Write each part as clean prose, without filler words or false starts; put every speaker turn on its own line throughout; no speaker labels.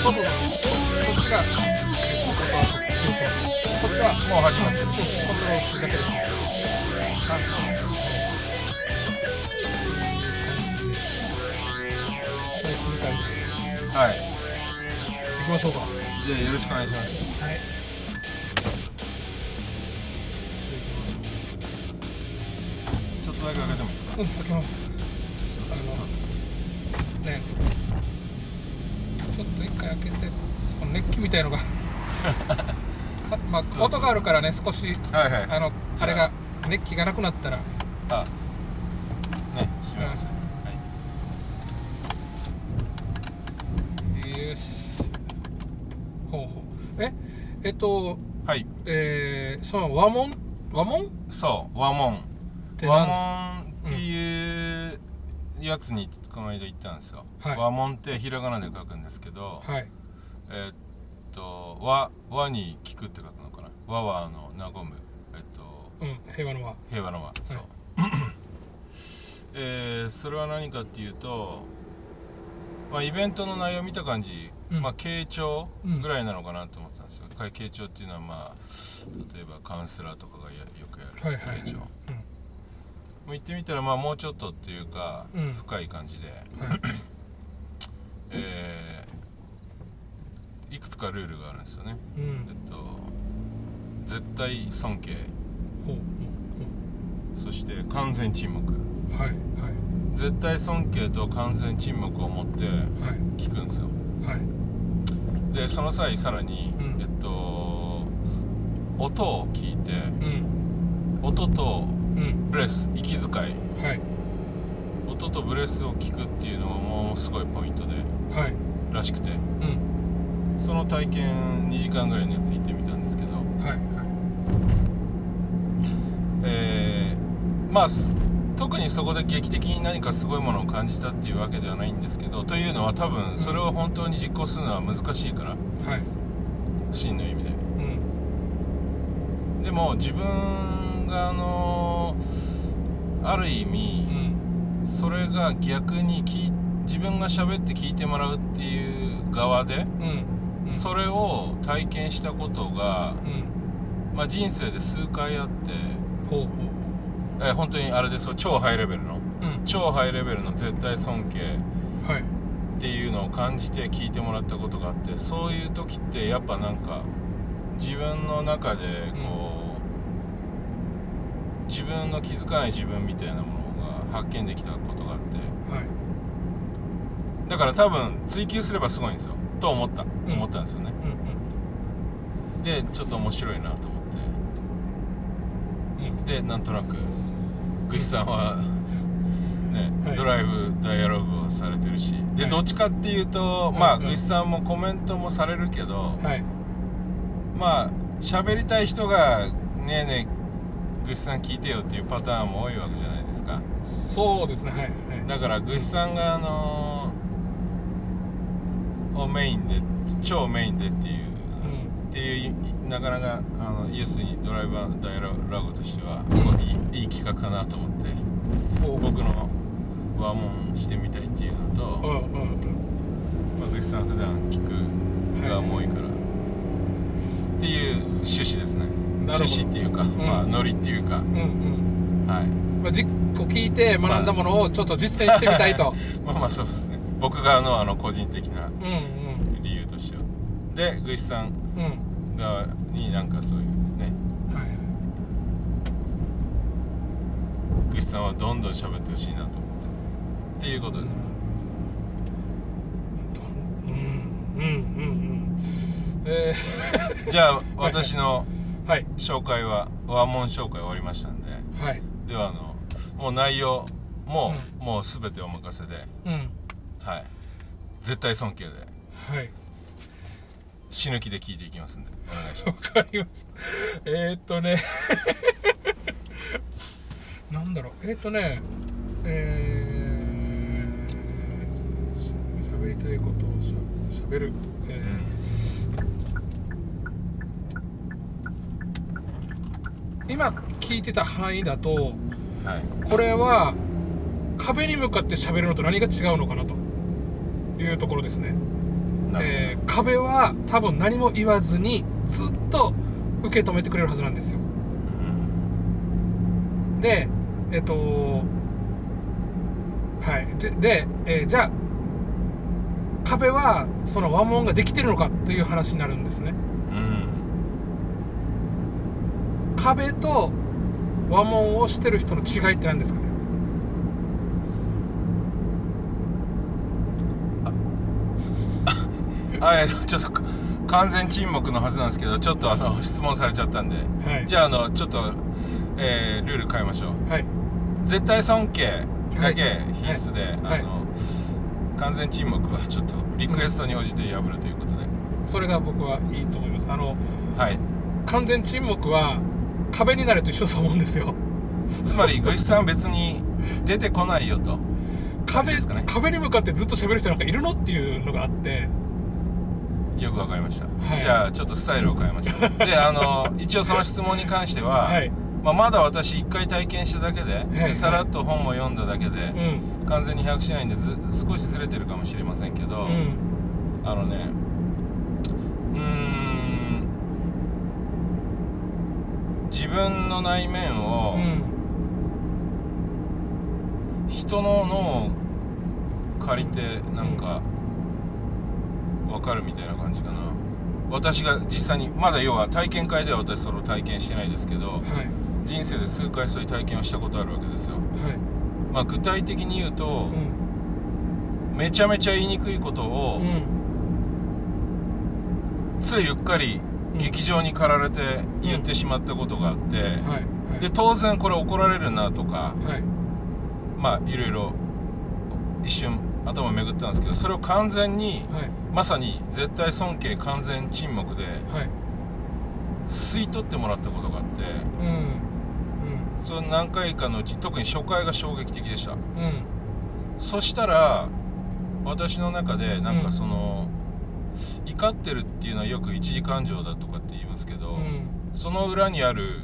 そうそっちがそっちは
もう始まってる。
コントロールするだけですね。
はい。
行きましょうか。
じゃあよろしくお願いします。
はい。
ちょっとだけ開けてもいいですか。
開けます。ね、ちょっと一回開けて、その熱気みたいのがまあ
そう
音があるからね、少し
はいはい。
あれが熱気がなくなったら、
あ、ね、閉めます。
よし。ほうほう。
はい。
その和紋
そう、和紋
て
っていうやつにこの間行ったんですよ。
はい、
和紋ってひらがなで書くんですけど、
はい、
和に聞くって書くのかな。和は和む、
平和の和。
平和の和、
はい、
そう。それは何かっていうと、まあ、イベントの内容を見た感じ、まあ、傾聴ぐらいなのかなと思ったんですよ。傾聴っていうのは、まあ、例えばカウンセラーとかがよくやる傾聴。行ってみたら、まあ、もうちょっとっていうか、深い感じで、いくつかルールがあるんですよね。絶対尊敬、そして完全沈黙、絶対尊敬と完全沈黙を持って聞くんですよ。でその際さらに、音を聞いて、音とブレス、息遣い、音とブレスを聞くっていうのがもうすごいポイントで、らしくて、その体験2時間ぐらいのやつ行ってみたんですけど、まあ特にそこで劇的に何かすごいものを感じたっていうわけではないんですけど、というのは多分それを本当に実行するのは難しいから、真の意味で、でも自分がある意味、それが逆に自分が喋って聞いてもらうっていう側で、それを体験したことが、まあ、人生で数回あって、本当にあれですよ、超ハイレベルの絶対尊敬っていうのを感じて聞いてもらったことがあって、そういう時ってやっぱなんか自分の中でこう、自分の気づかない自分みたいなものが発見できたことがあって、だから多分追求すればすごいんですよと思ったんですよね。でちょっと面白いなと思って、でなんとなくグシさんはね、ドライブダイアログをされてるし、でどっちかっていうと、まあグシさんもコメントもされるけど、まあ喋りたい人がねえねえグシさん聞いてよっていうパターンも多いわけじゃないですか。
そうですね。
だからグシさんが超メインでっていうなかなかイエスにドライバーダイアログとしてはいい企画かなと思って、僕の和紋してみたいっていうのと、グシさん普段聞くが多いからっていう趣旨ですね。趣旨っていうか、まあノリっていうか、
実行聞いて学んだものをちょっと実践してみたいと。
まあそうですね。僕側の個人的な理由としては、でグシさん側になんかそういうね、グシさんはどんどん喋ってほしいなと思ってっていうことですね。じゃあ私の紹介は和紋紹介終わりましたんで、ではもう内容も、もう全てお任せで、絶対尊敬で、死ぬ気で聞いていきますんでお願いします。
わかりました。なんだろう、喋りたいことを喋る、今聞いてた範囲だと、これは壁に向かって喋るのと何が違うのかなというところですね。 壁は多分何も言わずにずっと受け止めてくれるはずなんですよ。でじゃあ壁はその和紋ができてるのかという話になるんですね。壁と和紋をしてる人の違いって何ですかね。
ちょっと完全沈黙のはずなんですけど、ちょっと質問されちゃったんで、じゃあちょっと、ルール変えましょう。絶対尊敬だけ必須で、完全沈黙はちょっとリクエストに応じて破るということで、
それが僕はいいと思います。完全沈黙は壁になれと一緒だと思うんですよ。
つまりグリスさん別に出てこないよと。
壁に向かってずっと喋る人なんかいるのっていうのがあって。
よくわかりました、じゃあちょっとスタイルを変えましょう。で一応その質問に関しては、まだ私1回体験しただけで、さらっと本も読んだだけで、完全に把握しないんで少しずれてるかもしれませんけど、自分の内面を、人の脳を借りてなんか分かるみたいな感じかな。私が実際にまだ要は体験会では私それを体験してないですけど、人生で数回そういう体験をしたことあるわけですよ。具体的に言うと、めちゃめちゃ言いにくいことを、ついうっかり劇場に駆られて言ってしまったことがあって、で当然これ怒られるなとか、いろいろ一瞬頭巡ったんですけど、それを完全に、まさに絶対尊敬完全沈黙で、吸い取ってもらったことがあって、その何回かのうち特に初回が衝撃的でした。そしたら私の中でなんかその、怒ってるっていうのはよく一時感情だとかって言いますけど、その裏にある、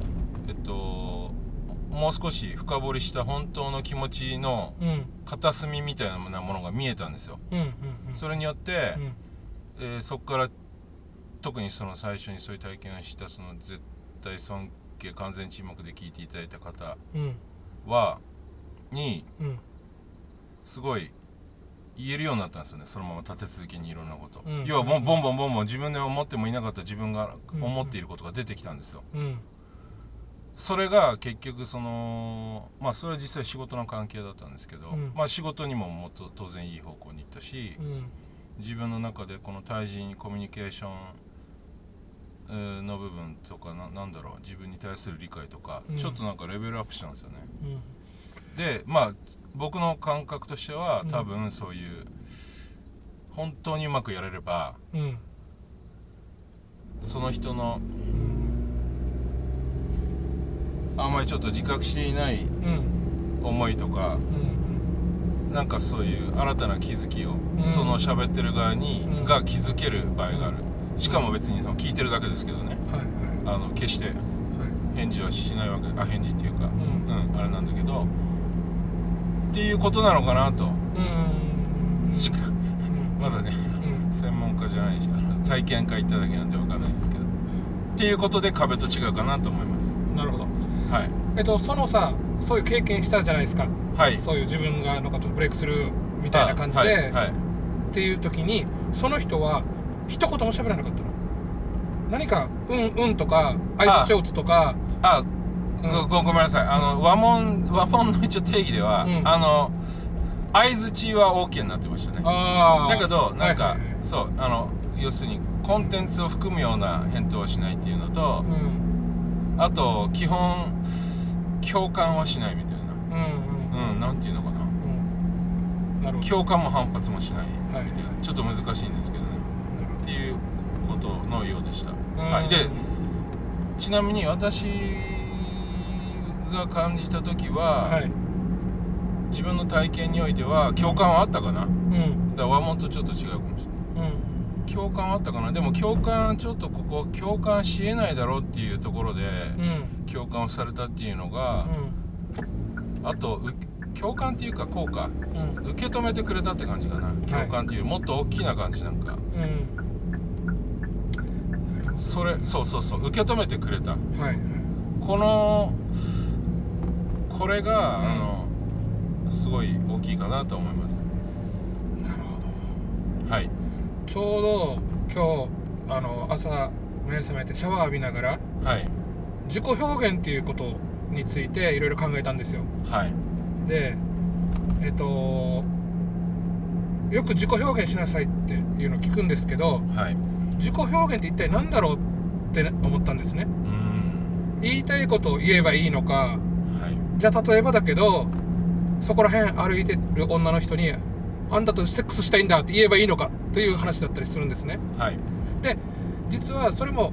もう少し深掘りした本当の気持ちの片隅みたいなものが見えたんですよ。それによって、そこから特にその最初にそういう体験をしたその絶対尊敬完全沈黙で聞いていただいた方にすごい言えるようになったんですよね。そのまま立て続けにいろんなこと、要はボンボン自分で思ってもいなかった自分が思っていることが出てきたんですよ。それが結局そのそれは実際仕事の関係だったんですけど、仕事にももっと当然いい方向に行ったし、自分の中でこの対人コミュニケーションの部分とかなんだろう、自分に対する理解とか、ちょっとなんかレベルアップしたんですよね。で僕の感覚としては多分そういう本当にうまくやれれば、その人のあんまりちょっと自覚していない思いとか、なんかそういう新たな気づきを、その喋ってる側が気づける場合がある。しかも別にその聞いてるだけですけどね、決して返事はしないわけ、返事っていうか、あれなんだけどっていうことなのかなと。しかまだね、専門家じゃないし体験会行っただけなんで分かんないんですけど、っていうことで壁と違うかなと思います。
なるほど。そのそういう経験したじゃないですか。そういう自分がなんかちょっとブレイクするみたいな感じで、っていう時にその人は一言も喋らなかったの。何かとか相槌を打つとか。
ごめんなさい。和紋の一応定義では、相槌は OK になってましたね。だけどなんか、そう要するにコンテンツを含むような返答はしないっていうのと、あと基本共感はしないみたいな、なんていうのかな、共感も反発もしないみたいな、ちょっと難しいんですけどね、っていうことのようでした。でちなみに私が感じた時は、自分の体験においては共感はあったかな。だから和紋とちょっと違うかもしれない。共感はあったかな。でも共感ちょっとここ共感しえないだろうっていうところで、共感をされたっていうのが、あと共感っていうかこうか、受け止めてくれたって感じかな、共感っていうもっと大きな感じなんか、それそう受け止めてくれた、これが、すごい大きいかなと思います。
なるほど。
はい。
ちょうど今日朝目覚めてシャワー浴びながら、自己表現っていうことについていろいろ考えたんですよ。でよく自己表現しなさいっていうのを聞くんですけど、自己表現って一体何だろうって思ったんですね。言いたいことを言えばいいのか、じゃあ例えばだけどそこら辺歩いてる女の人にあんたとセックスしたいんだって言えばいいのかという話だったりするんですね。で実はそれも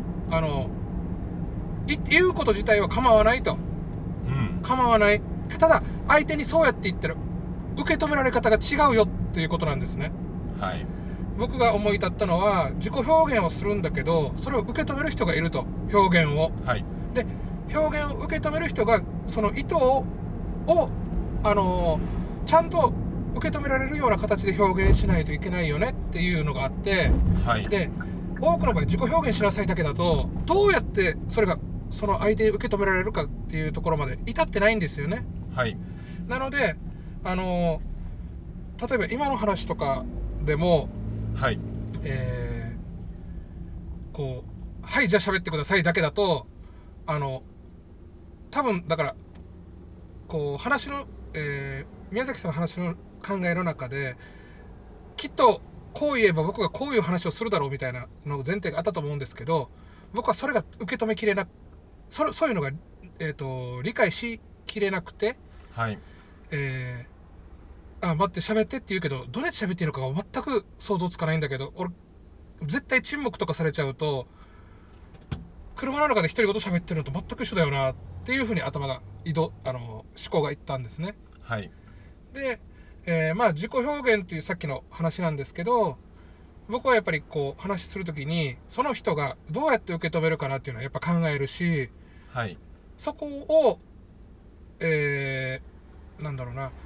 言うこと自体は構わないと、構わない。ただ相手にそうやって言ったら受け止められ方が違うよっていうことなんですね。僕が思い立ったのは自己表現をするんだけどそれを受け止める人がいると、表現を、で表現を受け止める人がその意図をちゃんと受け止められるような形で表現しないといけないよねっていうのがあって、で多くの場合自己表現しなさいだけだとどうやってそれがその相手に受け止められるかっていうところまで至ってないんですよね。なので例えば今の話とかでもこうはいじゃあ喋ってくださいだけだと多分だからこう話の、宮崎さんの話の考えの中できっとこう言えば僕がこういう話をするだろうみたいなの前提があったと思うんですけど、僕はそれが受け止めきれなくそういうのが、理解しきれなくて、待って喋ってって言うけどどうやって喋っていいのかが全く想像つかないんだけど、俺絶対沈黙とかされちゃうと車の中で独り言喋ってるのと全く一緒だよなっていうふうに頭が思考がいったんですね。で、自己表現っていうさっきの話なんですけど、僕はやっぱりこう話するときにその人がどうやって受け止めるかなっていうのはやっぱ考えるし、そこを、なんだろうな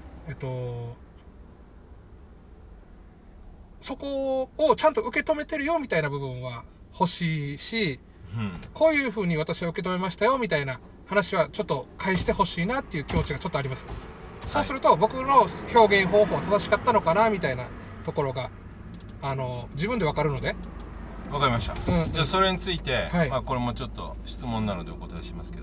そこをちゃんと受け止めてるよみたいな部分は欲しいし、こういう風に私は受け止めましたよみたいな話はちょっと返してほしいなっていう気持ちがちょっとあります。そうすると僕の表現方法は正しかったのかなみたいなところが自分で分かるので。
わかりました、じゃあそれについて、これもちょっと質問なのでお答えしますけど、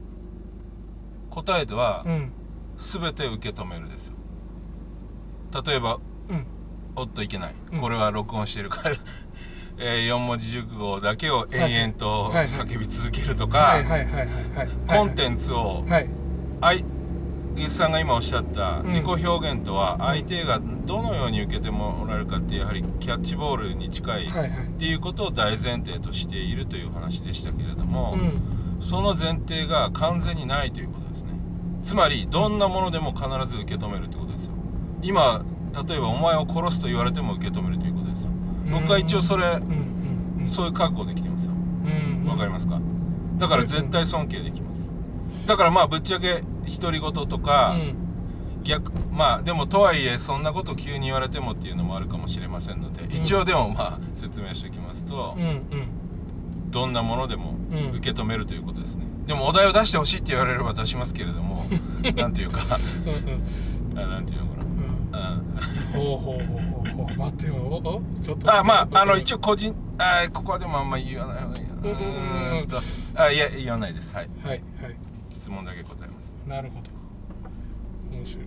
答えでは、全て受け止めるですよ。例えば、おっといけない、これは録音してるから4文字熟語だけを延々と叫び続けるとか、コンテンツをゲスさんが今おっしゃった自己表現とは相手がどのように受けてもらえるかってやはりキャッチボールに近いっていうことを大前提としているという話でしたけれども、その前提が完全にないということですね。つまりどんなものでも必ず受け止めるってことですよ。今例えばお前を殺すと言われても受け止めるということですよ。僕は一応そういう覚悟できてますよ。わかりますか？だから絶対尊敬できます。だからぶっちゃけ独り言とか、でもとはいえそんなこと急に言われてもっていうのもあるかもしれませんので、一応でも説明しておきますと、どんなものでも受け止めるということですね。でもお題を出してほしいって言われれば出しますけれどもなんていうかなんていうのかな、
待ってよ、ちょっと
一応個人ここはでもあんまり言わない方がいいいや言わないです。質問だけ答えます。
なるほど。面白い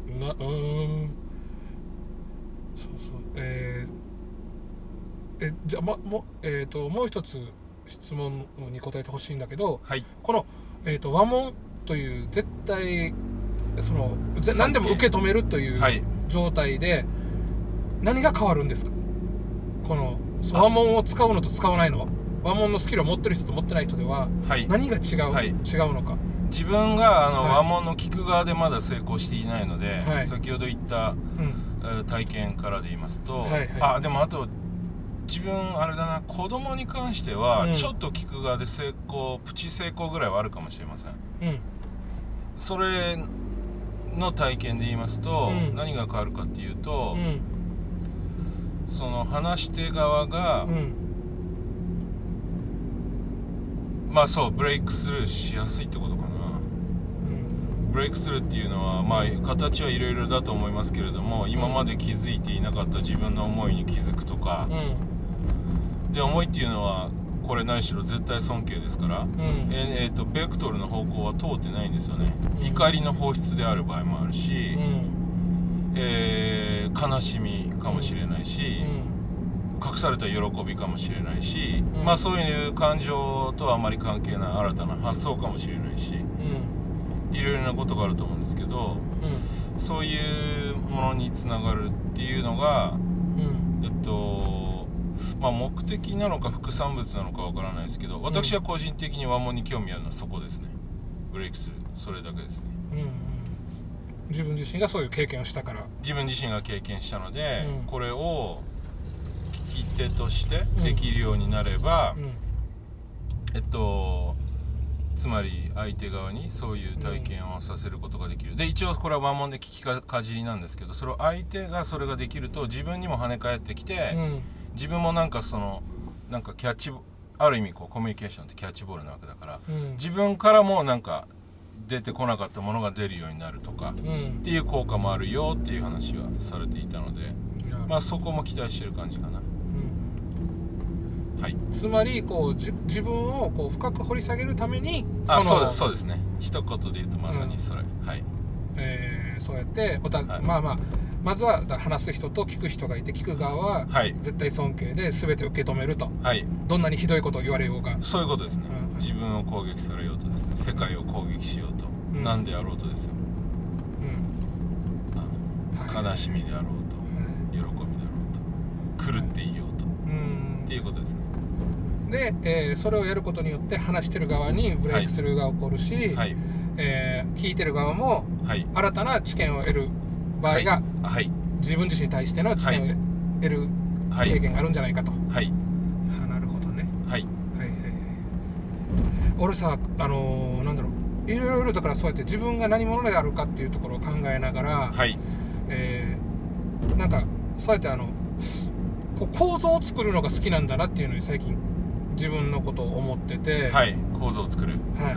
じゃあもう一つ質問に答えてほしいんだけど、この、和紋という絶対何でも受け止めるという状態で何が変わるんですか？この和紋を使うのと使わないの、和紋のスキルを持ってる人と持ってない人では何が違うのか。
自分が和紋の聞く側でまだ成功していないので、先ほど言った、体験からで言いますと、でもあと自分あれだな、子供に関してはちょっと聞く側でプチ成功ぐらいはあるかもしれません。それの体験で言いますと、何が変わるかっていうと、その話し手側が、まあそうブレイクスルーしやすいってことかな。ブレイクスルーっていうのは、まあ形はいろいろだと思いますけれども、今まで気づいていなかった自分の思いに気づくとか、で思いっていうのはこれ何しろ絶対尊敬ですから、ベクトルの方向は通ってないんですよね。怒りの放出である場合もあるし、悲しみかもしれないし、隠された喜びかもしれないし、まあそういう感情とはあまり関係ない新たな発想かもしれないし、いろいろなことがあると思うんですけど、そういうものにつながるっていうのが、まあ目的なのか副産物なのかわからないですけど、私は個人的に和紋に興味あるのはそこですね。ブレイクする、それだけですね。
自分自身がそういう経験をしたから。
自分自身が経験したので、これを聞き手としてできるようになれば、つまり相手側にそういう体験をさせることができる。で一応これは和紋で聞きかじりなんですけど、それを相手がそれができると自分にも跳ね返ってきて、自分もなんかそのなんかキャッチ、ある意味こうコミュニケーションってキャッチボールなわけだから、自分からもなんか出てこなかったものが出るようになるとか、っていう効果もあるよっていう話がされていたので、まあそこも期待してる感じかな。はい、
つまりこう自分をこう深く掘り下げるために、
そうですね。一言で言うとまさにそれ。はい。
そうやってまずは話す人と聞く人がいて、聞く側は絶対尊敬で全て受け止めると、どんなにひどいことを言われようが、
そういうことですね。自分を攻撃されようとですね、世界を攻撃しようと、何であろうとですよ。悲しみであろうと、喜びであろうと、狂っていようと、っていうことですね。
で、それをやることによって話してる側にブレイクスルーが起こるし、聞いてる側も新たな知見を得る場合が、自分自身に対しての知見を得る経験があるんじゃないかと。なるほどね。俺さ、なんだろう、いろいろだからそうやって自分が何者であるかっていうところを考えながら、なんかそうやってこう構造を作るのが好きなんだなっていうのに最近自分のことを思ってて、
構造を作る、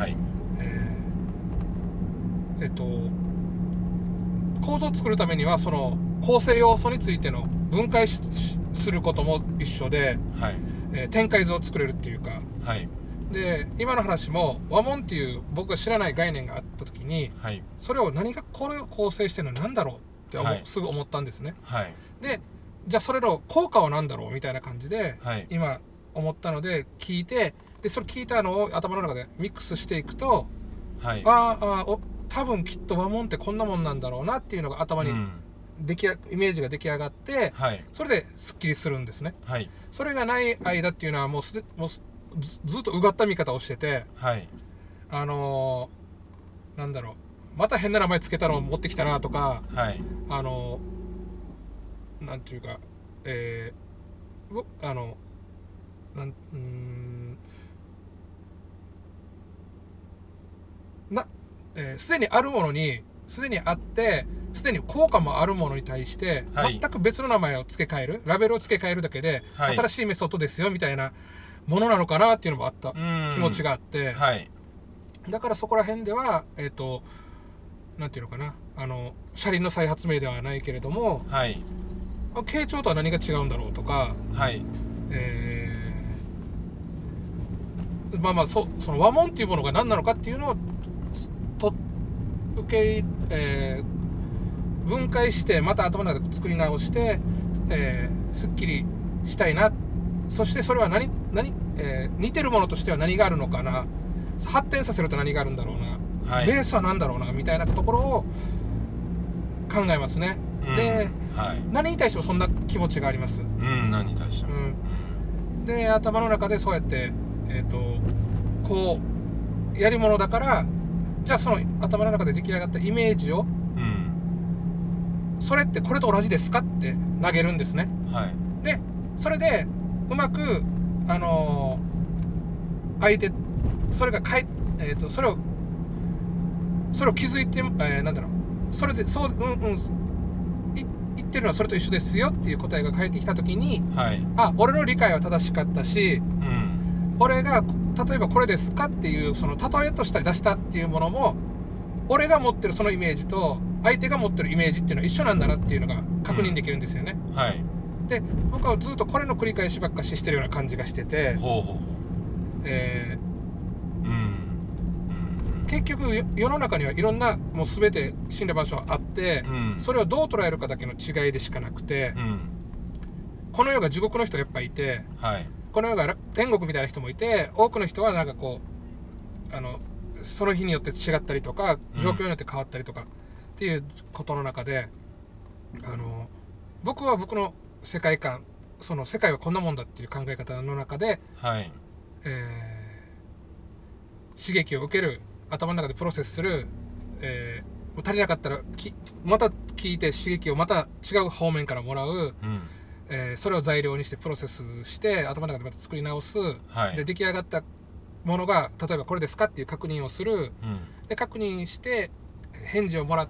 構造を作るためにはその構成要素についての分解することも一緒で、展開図を作れるっていうか、で今の話も和紋っていう僕が知らない概念があった時に、それを何がこれを構成してるのは何だろうってすぐ思ったんですね。でじゃあそれの効果は何だろうみたいな感じで、今思ったので聞いて、でそれ聞いたのを頭の中でミックスしていくと、多分きっと和紋ってこんなもんなんだろうなっていうのが頭にイメージが出来上がって、それですっきりするんですね。それがない間っていうのはもうずっとうがった見方をしてて、なんだろう、また変な名前つけたのを持ってきたなとか、なんていうか、すでにあるものに、すでにあってすでに効果もあるものに対して、全く別の名前を付け替える、ラベルを付け替えるだけで、新しいメソッドですよみたいなものなのかなっていうのもあった、気持ちがあって、だからそこら辺ではなんていうのかな、車輪の再発明ではないけれども、傾聴とは何が違うんだろうとか、その和紋っていうものが何なのかっていうのを分解してまた頭の中で作り直して、すっきりしたいな。そしてそれは似てるものとしては何があるのかな、発展させると何があるんだろうな、ベースは何だろうなみたいなところを考えますね。で、何に対してもそんな気持ちがあります。
何に対しても、
で頭の中でそうやってこうやりものだから、じゃあその頭の中で出来上がったイメージを、それってこれと同じですかって投げるんですね。でそれでうまく相手それがそれを気づいて、なんだろう、 それでそう言ってるのはそれと一緒ですよっていう答えが返ってきたときに、
はい、
俺の理解は正しかったし、俺が例えばこれですかっていうその例えとして出したっていうものも、俺が持ってるそのイメージと相手が持ってるイメージっていうのは一緒なんだなっていうのが確認できるんですよね。
はい、
で僕はずっとこれの繰り返しばっかししてるような感じがしてて、結局世の中にはいろんなもう全て死んだ場所はあって、それをどう捉えるかだけの違いでしかなくて、この世が地獄の人やっぱいて、
はい、
この世が天国みたいな人もいて、多くの人はなんかこうその日によって違ったりとか状況によって変わったりとかっていうことの中で、僕は僕の世界観、その世界はこんなもんだっていう考え方の中で、
はい、
刺激を受ける、頭の中でプロセスする、足りなかったらまた聞いて刺激をまた違う方面からもらう、それを材料にしてプロセスして頭の中でまた作り直す、
はい、
で出来上がったものが例えばこれですかっていう確認をする、で確認して返事をもらって、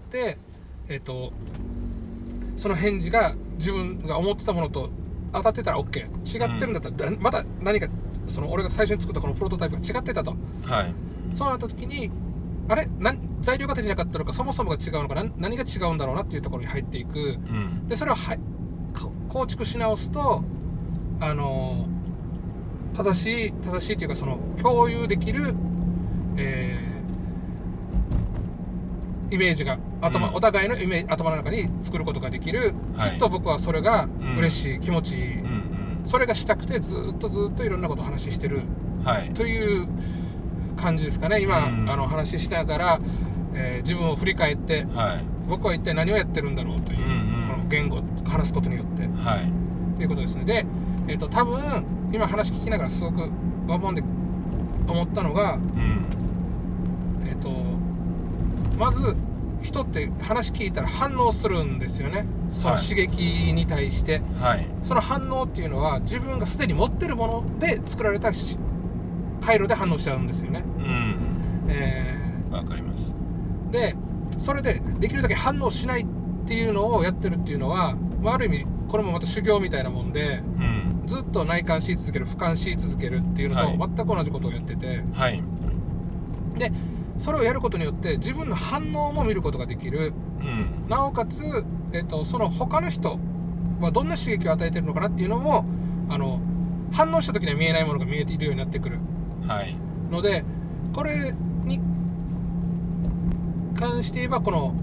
その返事が自分が思ってたものと当たってたら OK、 違ってるんだったら、また何かその俺が最初に作ったこのプロトタイプが違ってたと、
はい、
そうなった時にあれ材料が足りなかったのか、そもそもが違うのか、何が違うんだろうなっていうところに入っていく、でそれを構築し直すと正しいっていうか、その共有できる、イメージがお互いのイメージ頭の中に作ることができる、きっと僕はそれが嬉しい、気持ちいい、それがしたくてずっといろんなことを話してる、という感じですかね。今、話しながら、自分を振り返って、僕は一体何をやってるんだろうという、この言語を話すことによって、ということですね。で、多分今話聞きながらすごく思ったのが、まず人って話聞いたら反応するんですよね。その刺激に対して、その反応っていうのは自分がすでに持ってるもので作られた回路で反応しちゃうんですよね。
わかります。
でそれでできるだけ反応しないっていうのをやってるっていうのは、ある意味これもまた修行みたいなもんで、ずっと内観し続ける、俯瞰し続けるっていうのと全く同じことをやってて、でそれをやることによって自分の反応も見ることができる、なおかつ、その他の人はどんな刺激を与えてるのかなっていうのも反応した時には見えないものが見えているようになってくる、ので、これに関して言えばこの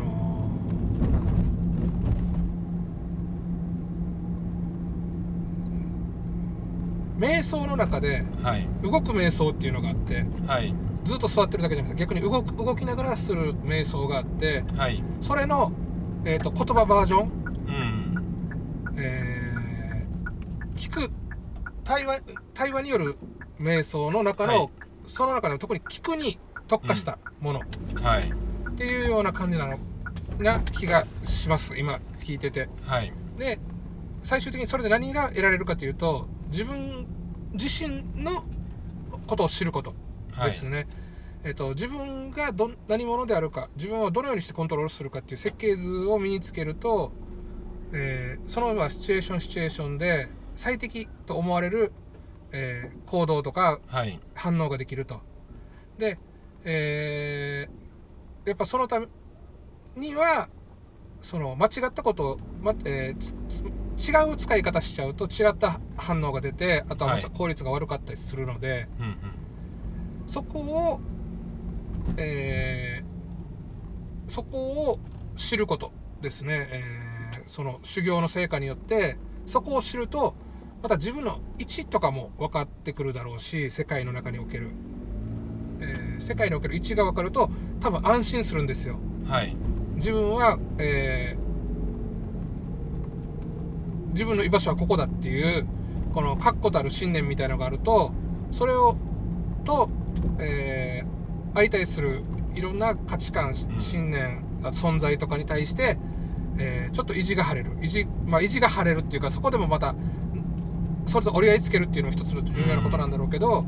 瞑想の中で動く瞑想っていうのがあって、ずっと座ってるだけじゃなくて逆に動きながらする瞑想があって、それの、言葉バージョン、聞く対話による瞑想の中の、その中でも特に聞くに特化したもの、っていうような感じな気がします、今聞いてて。で最終的にそれで何が得られるかというと、自分自身のことを知ることですね。自分が何者であるか、自分をどのようにしてコントロールするかっていう設計図を身につけると、そのシチュエーションで最適と思われる、行動とか反応ができると。で、やっぱそのためにはその間違ったことを、違う使い方しちゃうと違った反応が出て、あとは効率が悪かったりするので、そこを知ることですね。その修行の成果によってそこを知ると、また自分の位置とかも分かってくるだろうし、世界の中における、世界における位置が分かると多分安心するんですよ。自分は、自分の居場所はここだっていうこの確固たる信念みたいなのがあると、それを相対するいろんな価値観、信念、存在とかに対して、ちょっと意地が張れる、意地が張れるっていうか、そこでもまたそれと折り合いつけるっていうのも一つの重要なことなんだろうけど、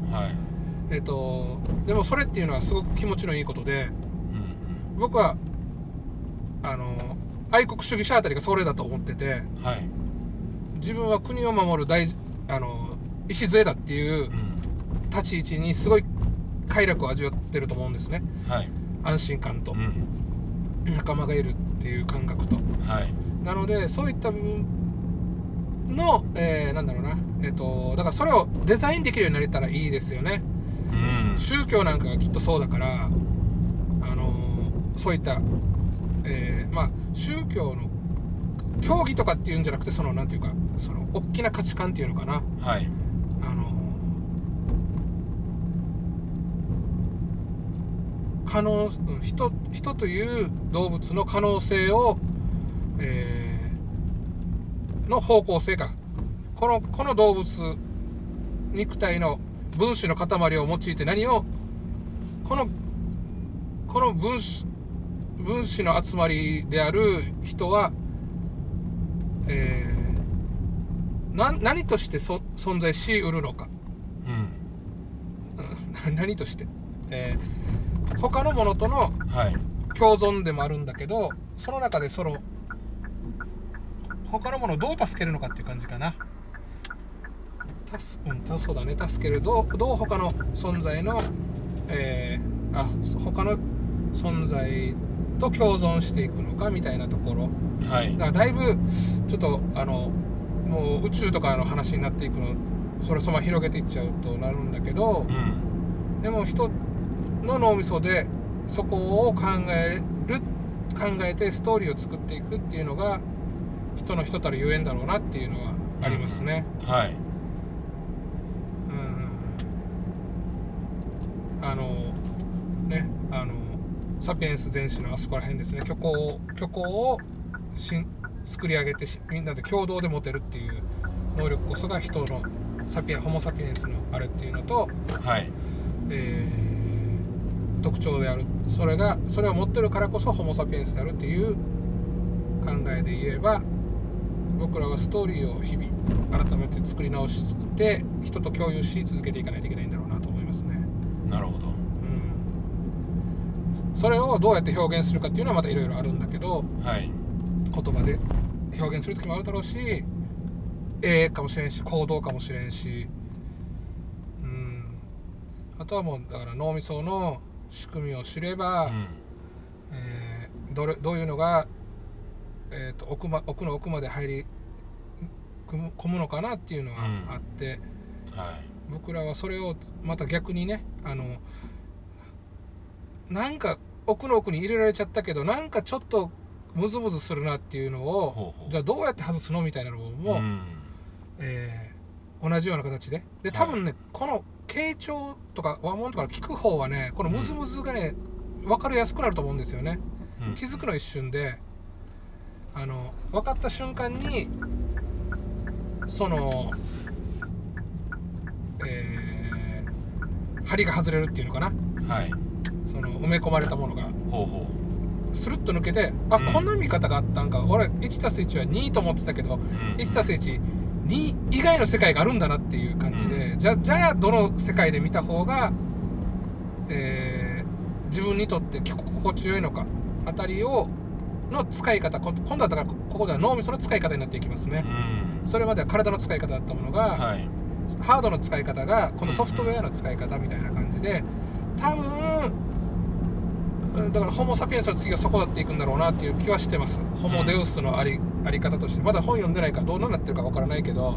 でもそれっていうのはすごく気持ちのいいことで、僕は愛国主義者あたりがそれだと思ってて、はい、自分は国を守る礎だっていう立ち位置にすごい快楽を味わってると思うんですね、はい、安心感と、仲間がいるっていう感覚と、はい、なのでそういった部分の、なんだろうな、だからそれをデザインできるようになれたらいいですよね、宗教なんかがきっとそうだから、そういった、まあ宗教の教義とかっていうんじゃなくて、そのなんていうか、その大きな価値観っていうのかな、はい、人という動物の可能性を、の方向性か、この動物肉体の分子の塊を用いて何をこの分子の集まりである人は、何として存在しうるのか、何として、他のものとの共存でもあるんだけど、その中で他のものをどう助けるのかっていう感じかな。そうだね、助ける、どう他の存在の、他の存在と共存していくのかみたいなところ、はい、だからだいぶちょっともう宇宙とかの話になっていくの、そのまま広げていっちゃうとなるんだけど、でも人の脳みそでそこを考えてストーリーを作っていくっていうのが人の人たるゆえんだろうなっていうのはありますね、はい、サピエンス全史のあそこら辺ですね、虚構を作り上げてみんなで共同で持てるっていう能力こそが人のホモサピエンスのあれっていうのと、はい、特徴である、それを持ってるからこそホモサピエンスであるっていう考えで言えば、僕らはストーリーを日々改めて作り直して人と共有し続けていかないといけないんだろうなと思いますね。なるほど、それをどうやって表現するかっていうのはまたいろいろあるんだけど、はい、言葉で表現する時もあるだろうし、かもしれんし、行動かもしれんし、あとはもうだから脳みその仕組みを知れば、どういうのが、奥の奥まで入り込むのかなっていうのはあって、はい、僕らはそれをまた逆にね、なんか奥の奥に入れられちゃったけど、なんかちょっとムズムズするなっていうのをじゃあどうやって外すのみたいなのも、同じような形で多分ね、この傾聴とか和音とか聞く方はね、このムズムズがね、分かりやすくなると思うんですよね、気づくの一瞬で、分かった瞬間にその、針が外れるっていうのかな、はい、その埋め込まれたものがスルッと抜けて、こんな見方があったんか、俺 1+1 は2と思ってたけど、1+1 2以外の世界があるんだなっていう感じで、じゃあどの世界で見た方が、自分にとって心地よいのかあたりの使い方、今度はだからここでは脳みその使い方になっていきますね、それまでは体の使い方だったものが、はい、ハードの使い方が今度ソフトウェアの使い方みたいな感じで、多分だからホモサピエンスの次はそこだっていくんだろうなっていう気はしてます。ホモデウスのあり方として、まだ本読んでないからどうなってるかわからないけど、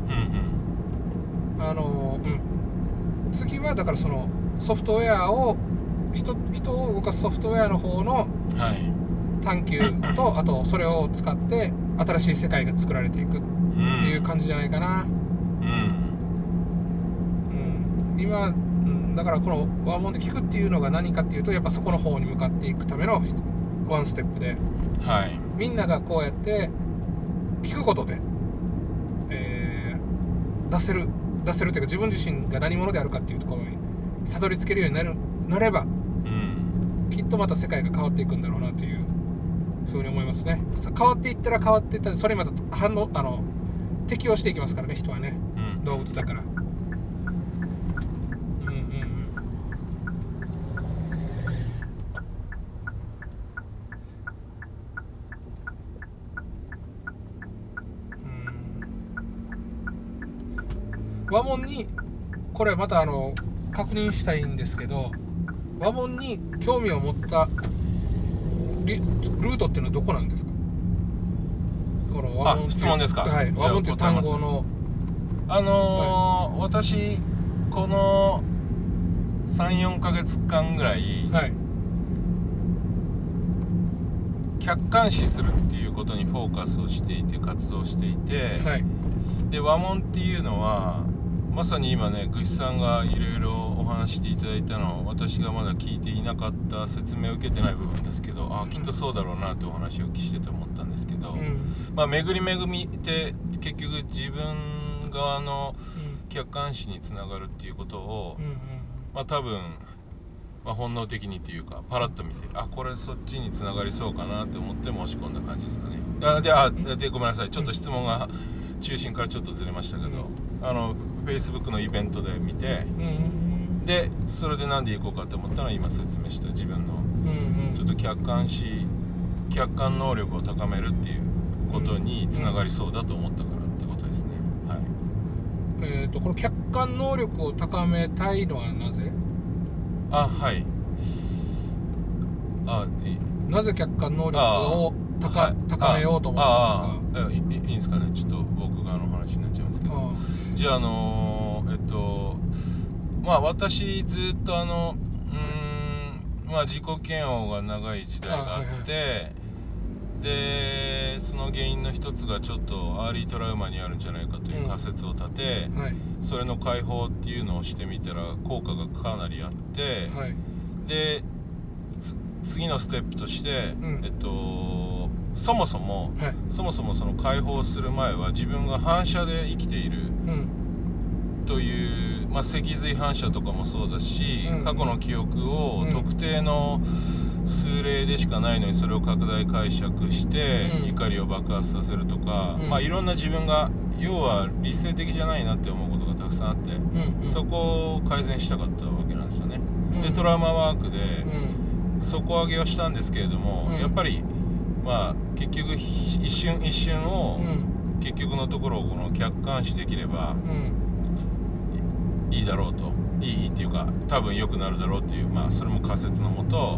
次はだからそのソフトウェアを人を動かすソフトウェアの方の探求と、あとそれを使って新しい世界が作られていくっていう感じじゃないかな。今だからこのワンモンで聞くっていうのが何かっていうと、やっぱそこの方に向かっていくためのワンステップで、はい、みんながこうやって聞くことで、出せるというか、自分自身が何者であるかっていうところにたどり着けるようになれば、きっとまた世界が変わっていくんだろうなというふうに思いますね。変わっていったらそれまた適応していきますからね、人はね、動物だから。 和紋にこれまた確認したいんですけど、和紋に興味を持ったルートっていうのはどこなんですか？この和紋
質問ですか？
はい、和紋っていう単語の
私この 3,4 ヶ月間ぐらい、客観視するっていうことにフォーカスをしていて活動していて、で和紋っていうのはまさに今ね、ぐしさんがいろいろお話していただいたのを私がまだ聞いていなかった説明を受けてない部分ですけど、きっとそうだろうなってお話をしてて思ったんですけど、巡り巡みって結局自分側の客観視につながるっていうことを、多分、本能的にっていうかパラッと見て、これそっちにつながりそうかなって思って申し込んだ感じですかね。でごめんなさい、ちょっと質問が中心からちょっとずれましたけど、Facebook のイベントで見て、でそれでなんで行こうかって思ったのは今説明した自分のちょっと客観能力を高めるっていうことにつながりそうだと思ったからってことですね。
この客観能力を高めたいのはなぜ？なぜ客観能力を高めようと思ったのか。
いいんですかね、ちょっと僕側の話になっちゃいますけど、じゃあ私ずっと自己嫌悪が長い時代があって、でその原因の一つがちょっとアーリートラウマにあるんじゃないかという仮説を立て、それの解放っていうのをしてみたら効果がかなりあって、で次のステップとして、そもそもその解放する前は自分が反射で生きているという、脊髄反射とかもそうだし、過去の記憶を特定の数例でしかないのにそれを拡大解釈して怒りを爆発させるとか、いろんな自分が要は理性的じゃないなって思うことがたくさんあって、そこを改善したかったわけなんですよね。でトラウマワークで底上げをしたんですけれども、やっぱり結局一瞬一瞬を、結局のところをこの客観視できれば、いいだろうと、いいっていうか多分良くなるだろうっていう、それも仮説のもと、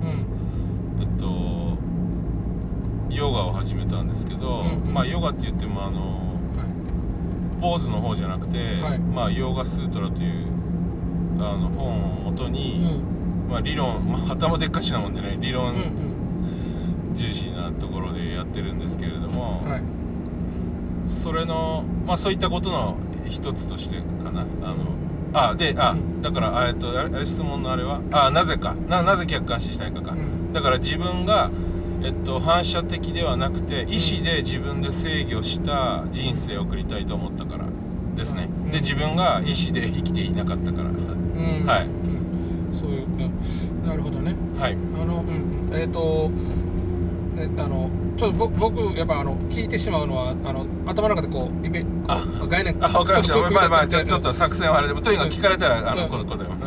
ヨガを始めたんですけど、ヨガって言ってもポーズの方じゃなくて、ヨガスートラという本をもとに、理論、頭でっかちなもんでね、理論重視なところでやってるんですけれども、それの、そういったことの一つとしてかな。だから質問のあれはなぜ客観視したいかか、だから自分が、反射的ではなくて意思で自分で制御した人生を送りたいと思ったからですね。で自分が意思で生きていなかったから、
そういう、なるほどね。ちょっと僕やっぱ聞いてしまうのは頭の中でこう概念
分かりました。ちょっと作戦はあれでもとにかく聞かれたらこのことでも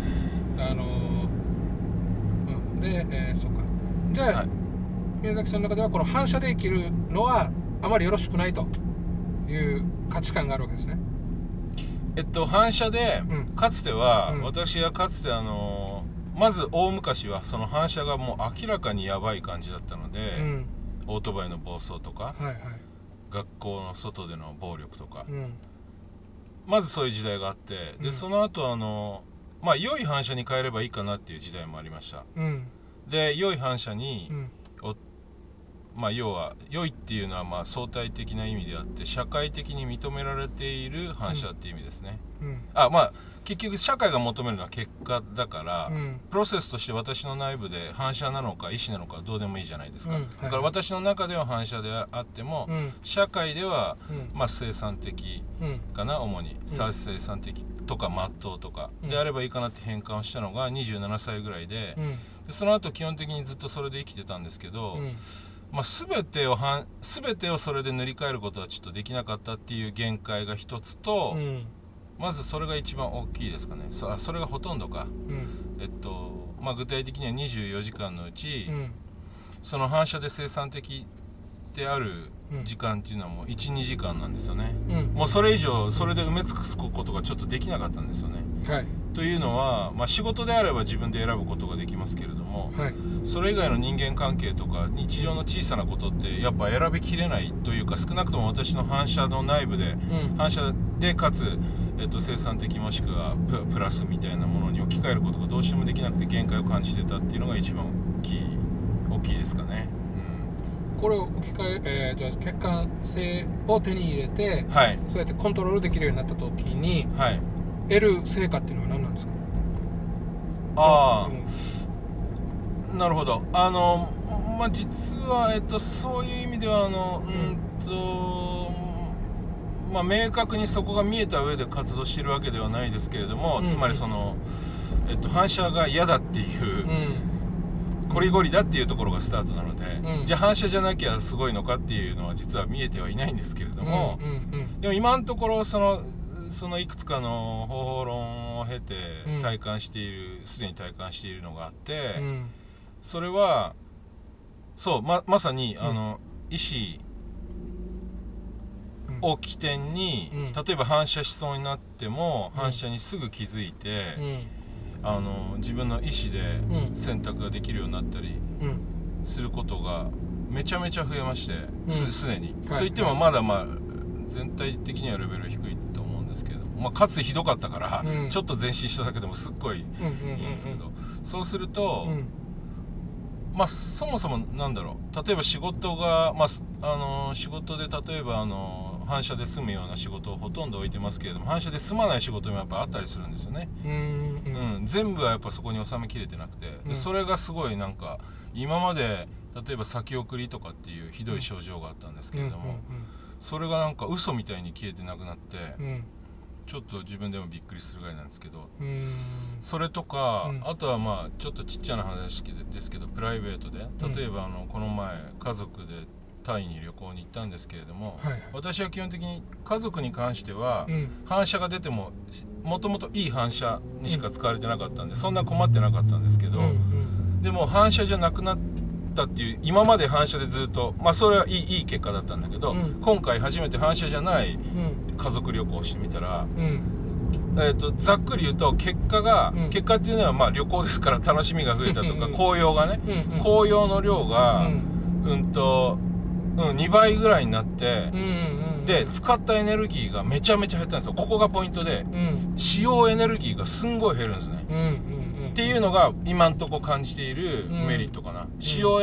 そうか。じゃあ、宮崎さんの中ではこの反射で生きるのはあまりよろしくないという価値観があるわけですね。
反射で、かつては、私はかつてまず大昔はその反射がもう明らかにやばい感じだったので、オートバイの暴走とか、学校の外での暴力とか、まずそういう時代があって、でその後良い反射に変えればいいかなっていう時代もありました。で良い反射に、要は良いっていうのは相対的な意味であって社会的に認められている反射っていう意味ですね。結局社会が求めるのは結果だから、プロセスとして私の内部で反射なのか意思なのかどうでもいいじゃないですか。だから私の中では反射であっても、社会では生産的かな、主に生産的とか真っ当とかであればいいかなって変換をしたのが27歳ぐらいで、その後基本的にずっとそれで生きてたんですけど、全てをそれで塗り替えることはちょっとできなかったっていう限界が一つと、まずそれが一番大きいですかね。それがほとんどか。具体的には24時間のうち、その反射で生産的ってある時間っていうのはもう 1,2 時間なんですよね、もうそれ以上それで埋め尽くすことがちょっとできなかったんですよね、はい、というのは、仕事であれば自分で選ぶことができますけれども、はい、それ以外の人間関係とか日常の小さなことってやっぱ選びきれないというか、少なくとも私の反射の内部で、反射でかつ、生産的もしくはプラスみたいなものに置き換えることがどうしてもできなくて限界を感じてたっていうのが一番大きいですかね。
これを置き換え、じゃあ客観性を手に入れて、はい、そうやってコントロールできるようになった時に、はい、得る成果っていうのは何なんですか？
なるほど。実は、そういう意味では明確にそこが見えた上で活動しているわけではないですけれども、つまりその、反射が嫌だっていう、コリゴリだっていうところがスタートなので、じゃあ反射じゃなきゃすごいのかっていうのは実は見えてはいないんですけれども、でも今のところそのいくつかの方法論を経てすでに体感しているのがあって、それはそうまさに意思を起点に、例えば反射しそうになっても、反射にすぐ気づいて、自分の意思で選択ができるようになったりすることがめちゃめちゃ増えまして、すでに、といってもまだ全体的にはレベル低いと思うんですけど、かつひどかったから、ちょっと前進しただけでもすっごいいいんですけど、そうすると、そもそも例えば仕事が、仕事で例えば反射で済むような仕事をほとんど置いてますけれども、反射で済まない仕事もやっぱあったりするんですよね。全部はやっぱそこに収めきれてなくて、でそれがすごい今まで例えば先送りとかっていうひどい症状があったんですけれども、それが嘘みたいに消えてなくなって、ちょっと自分でもびっくりするぐらいなんですけど、それとか、あとはちょっとちっちゃな話ですけど、プライベートで例えばこの前家族でタイに旅行に行ったんですけれども、私は基本的に家族に関しては、反射が出てももともといい反射にしか使われてなかったんで、そんな困ってなかったんですけど、でも反射じゃなくなったっていう、今まで反射でずっとそれはいい結果だったんだけど、今回初めて反射じゃない家族旅行をしてみたら、ざっくり言うと結果っていうのは旅行ですから楽しみが増えたとか、紅葉がね、紅葉の量が2倍ぐらいになって、で使ったエネルギーがめちゃめちゃ減ったんですよ。ここがポイントで、使用エネルギーがすんごい減るんですね、っていうのが今んとこ感じているメリットかな。使用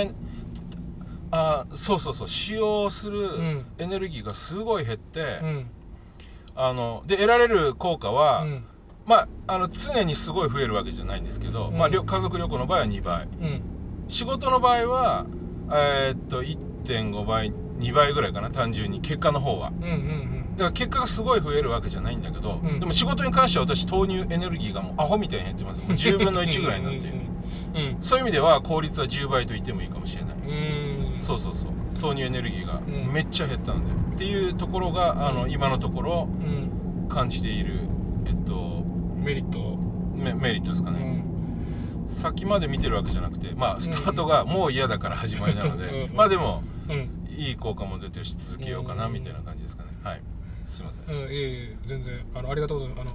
使用するエネルギーがすごい減って、で得られる効果は、常にすごい増えるわけじゃないんですけど、家族旅行の場合は2倍、仕事の場合は1.5 倍2倍ぐらいかな、単純に結果の方は、だから結果がすごい増えるわけじゃないんだけど、でも仕事に関しては私投入エネルギーがもうアホみたいに減ってます。もう10分の1ぐらいになっているそういう意味では効率は10倍と言ってもいいかもしれない。そう投入エネルギーがめっちゃ減ったので、っていうところが今のところ感じているメリットですかね。先まで見てるわけじゃなくて、スタートがもう嫌だから始まりなので、でも、いい効果も出てるし続けようかなみたいな感じですかね。はい、すいません。
全然ありがとうございます。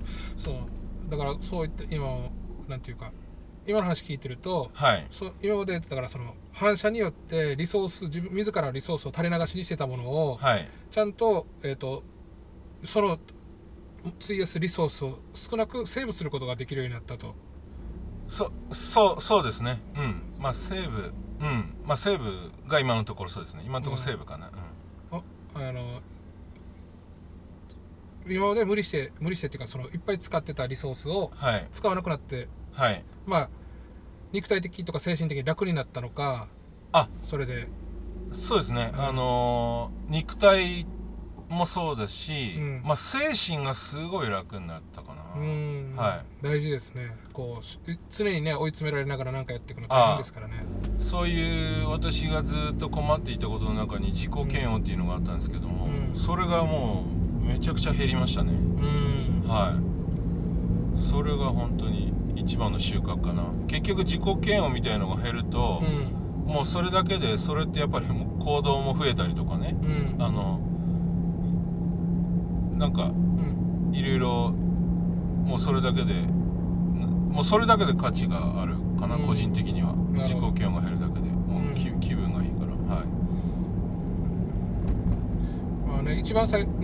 だからそういったなんていうか、今の話聞いてると、今までだからその反射によってリソース、自らのリソースを垂れ流しにしてたものを、ちゃんとその費やすリソースを少なくセーブすることができるようになったと。
そうですね。セーブ、セーブが今のところそうですね。今のところセーブかな。
今まで無理してっていうか、そのいっぱい使ってたリソースを使わなくなって、肉体的とか精神的に楽になったのか。それで
そうですね。肉体もそうですし、精神がすごい楽になったかな。大事ですね。常にね追い詰められながら何かやっていくの大変ですからね。そういう私がずっと困っていたことの中に自己嫌悪っていうのがあったんですけども、それがもうめちゃくちゃ減りましたね。それが本当に一番の収穫かな。結局自己嫌悪みたいのが減ると、もうそれだけで、それってやっぱりもう行動も増えたりとかね、なんかいろいろもうそれだけで価値があるかな、個人的には。自己嫌悪が減るだけでもう気分がいいから。はい。
まあね、一番常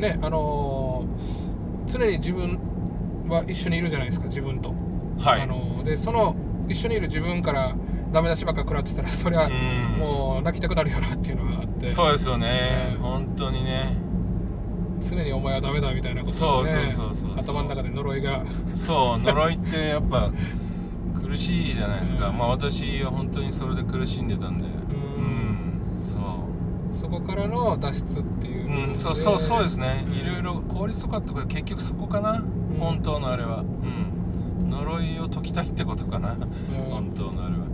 に自分は一緒にいるじゃないですか、自分と。
はい。
でその一緒にいる自分からダメ出しばっか食らってたら、それはもう泣きたくなるよなっていうのがあって。
そうですよね、本当にね。
常にお前はダメだみたいなことをね、頭の中で呪いが
呪いってやっぱ苦しいじゃないですか。まあ私は本当にそれで苦しんでたんで、
そこからの脱出っていう、
そうですね、いろいろ効率とかって結局そこかな、本当のあれは。呪いを解きたいってことかな、本当のあれは。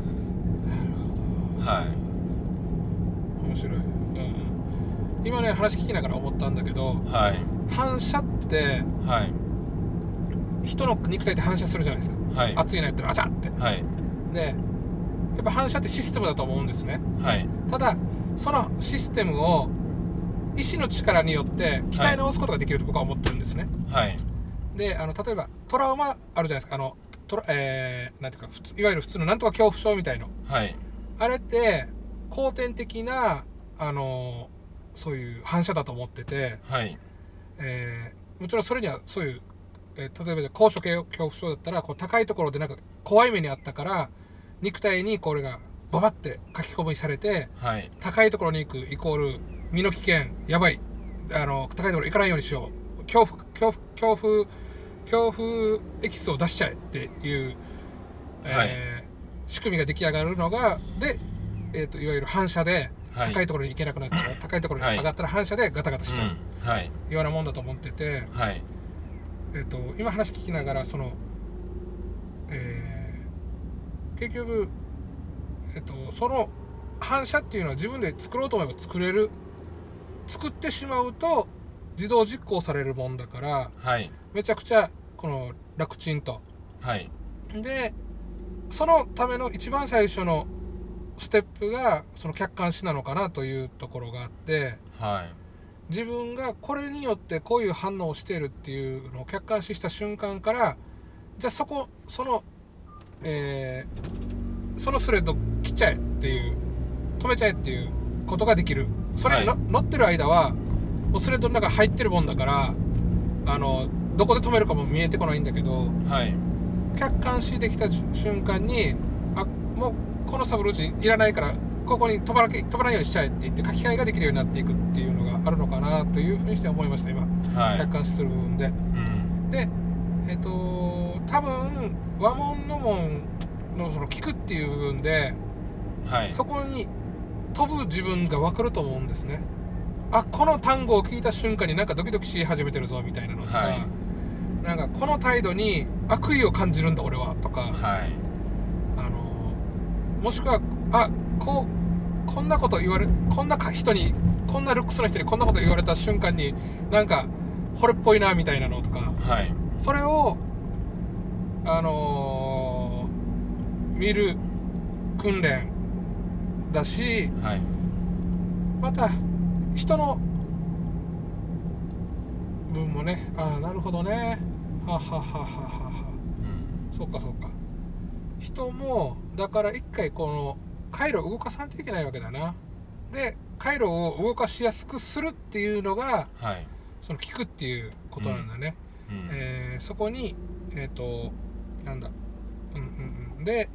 なるほど。はい。
面白い。今ね、話聞きながら思ったんだけど、反射って、人の肉体って反射するじゃないですか。熱いのやったらあちゃって。で、やっぱ反射ってシステムだと思うんですね。ただそのシステムを意志の力によって鍛え直すことができると僕は思ってるんですね。で、例えばトラウマあるじゃないですか。なんていうか、いわゆる普通のなんとか恐怖症みたいの。あれって後天的なそういう反射だと思ってて、もちろんそれにはそういう、例えば高所恐怖症だったら、こう高いところでなんか怖い目にあったから肉体にこれがババって書き込みされて、高いところに行くイコール身の危険、やばい、高いところ行かないようにしよう、恐怖エキスを出しちゃえっていう、仕組みが出来上がるのがで、いわゆる反射で高いところに行けなくなっちゃう、高いところに上がったら反射でガタガタしちゃう、ようなもんだと思ってて、今話聞きながらその、結局、その反射っていうのは自分で作ろうと思えば作れる、作ってしまうと自動実行されるもんだから、めちゃくちゃこの楽ちんと、でそのための一番最初のステップがその客観視なのかなというところがあって、自分がこれによってこういう反応をしているっていうのを客観視した瞬間から、じゃあそのスレッド切っちゃえっていう、止めちゃえっていうことができる。それに乗ってる間はもうスレッドの中入ってるもんだから、どこで止めるかも見えてこないんだけど、客観視できた瞬間に、もうこのサブルーチンいらないからここに飛ばないようにしちゃえって言って書き換えができるようになっていくっていうのがあるのかなというふうにして思いました、今。客観視する部分で。で、多分和門の門のその聞くっていう部分で、そこに飛ぶ自分が分かると思うんですね。この単語を聞いた瞬間になんかドキドキし始めてるぞみたいなのとか、なんかこの態度に悪意を感じるんだ俺はとか、もしくはこんなこと言われ、こんな人に、こんなルックスの人にこんなこと言われた瞬間になんか惚れっぽいなみたいなのとか、それを見る訓練だし、また人の分もね、なるほどね、そうか人もだから一回この回路を動かさないといけないわけだな。で回路を動かしやすくするっていうのが、その聞くっていうことなんだね。そこになんだ、で、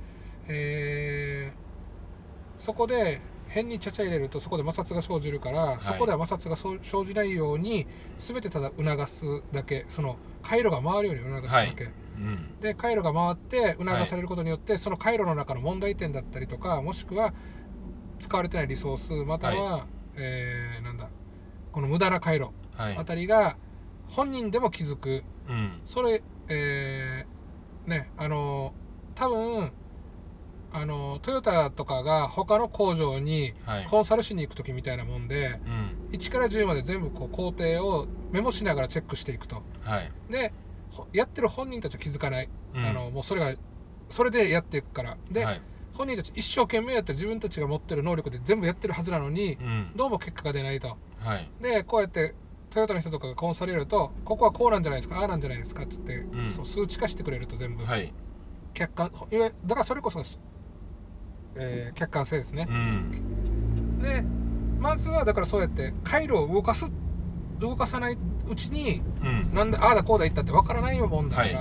そこで変にちゃちゃ入れるとそこで摩擦が生じるから、そこでは摩擦が生じないように全てただ促すだけ、その回路が回るように促すだけ、で回路が回って促されることによって、その回路の中の問題点だったりとか、もしくは使われてないリソース、または、なんだ、この無駄な回路あたりが本人でも気づく、それ、ね、多分トヨタとかが他の工場にコンサルしに行く時みたいなもんで、1から10まで全部こう工程をメモしながらチェックしていくと、でやってる本人たちは気づかない、もうそれでやっていくから、で、 本人たち一生懸命やってる自分たちが持ってる能力で全部やってるはずなのに、どうも結果が出ないと、でこうやってトヨタの人とかがコンサルやると、ここはこうなんじゃないですか、ああなんじゃないですかっつって、そう数値化してくれると全部、客観だからそれこそ、客観性ですね、でまずはだからそうやって回路を動かさないうちに、なんでああだこうだ言ったって分からないよもんだから、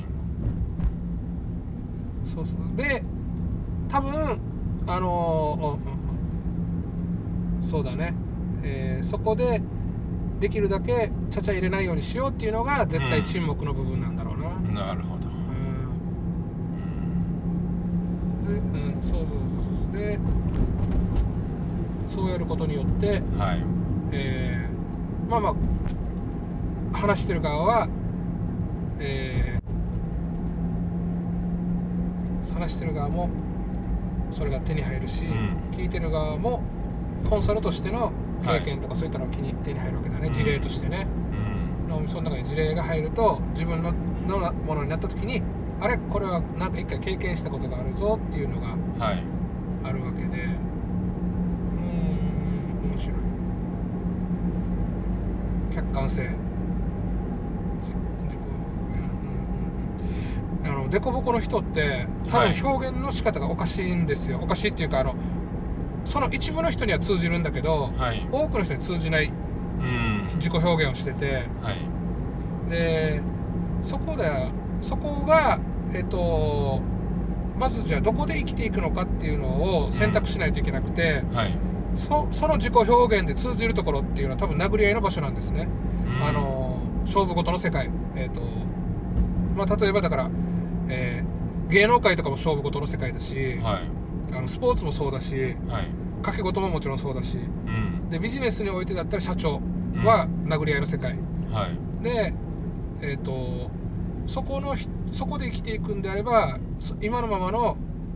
そうそうで多分そうだね、そこでできるだけちゃちゃ入れないようにしようっていうのが絶対沈黙の部分なんだろうな。
なるほど。
そうでそうやることによって、まあまあ話してる側は、話してる側もそれが手に入るし、聞いてる側もコンサルとしての経験とかそういったのが手に入るわけだね、事例としてね、脳みその中に事例が入ると自分のものになった時に、あれこれはなんか一回経験したことがあるぞっていうのがあるわけで、面白い。客観性、デコボコの人って多分表現の仕方がおかしいんですよ、おかしいっていうかその一部の人には通じるんだけど、多くの人に通じない自己表現をしてて、でそこがまずじゃあどこで生きていくのかっていうのを選択しないといけなくて、その自己表現で通じるところっていうのは多分殴り合いの場所なんですね、勝負事の世界、まあ、例えばだから、芸能界とかも勝負事の世界だし、スポーツもそうだし、賭け事ももちろんそうだし、でビジネスにおいてだったら社長は殴り合いの世界、でそこで生きていくんであれば今のままの、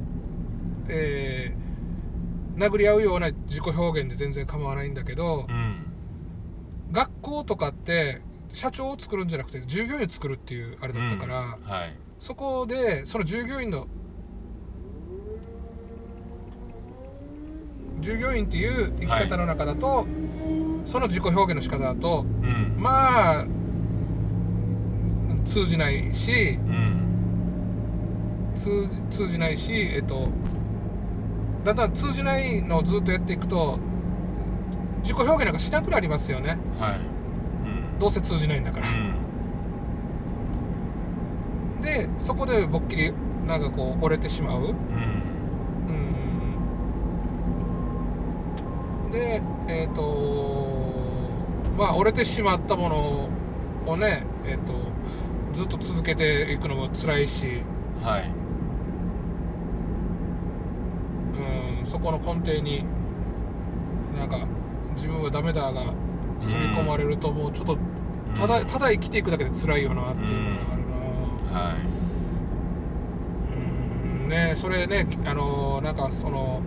殴り合うような自己表現で全然構わないんだけど、学校とかって社長を作るんじゃなくて従業員を作るっていうあれだったから、そこでその従業員っていう生き方の中だと、その自己表現の仕方だと、まあ通じないし、通じないし、だんだん通じないのをずっとやっていくと自己表現なんかしなくなりますよね、どうせ通じないんだから、でそこでぼっきりなんかこう折れてしまう、でまあ折れてしまったものをね、ずっと続けていくのも辛いし、そこの根底になんか自分はダメだが刷り込まれると、もうちょっとただ生きていくだけで辛いよなっていうのがあるな。ね、それね、なんかその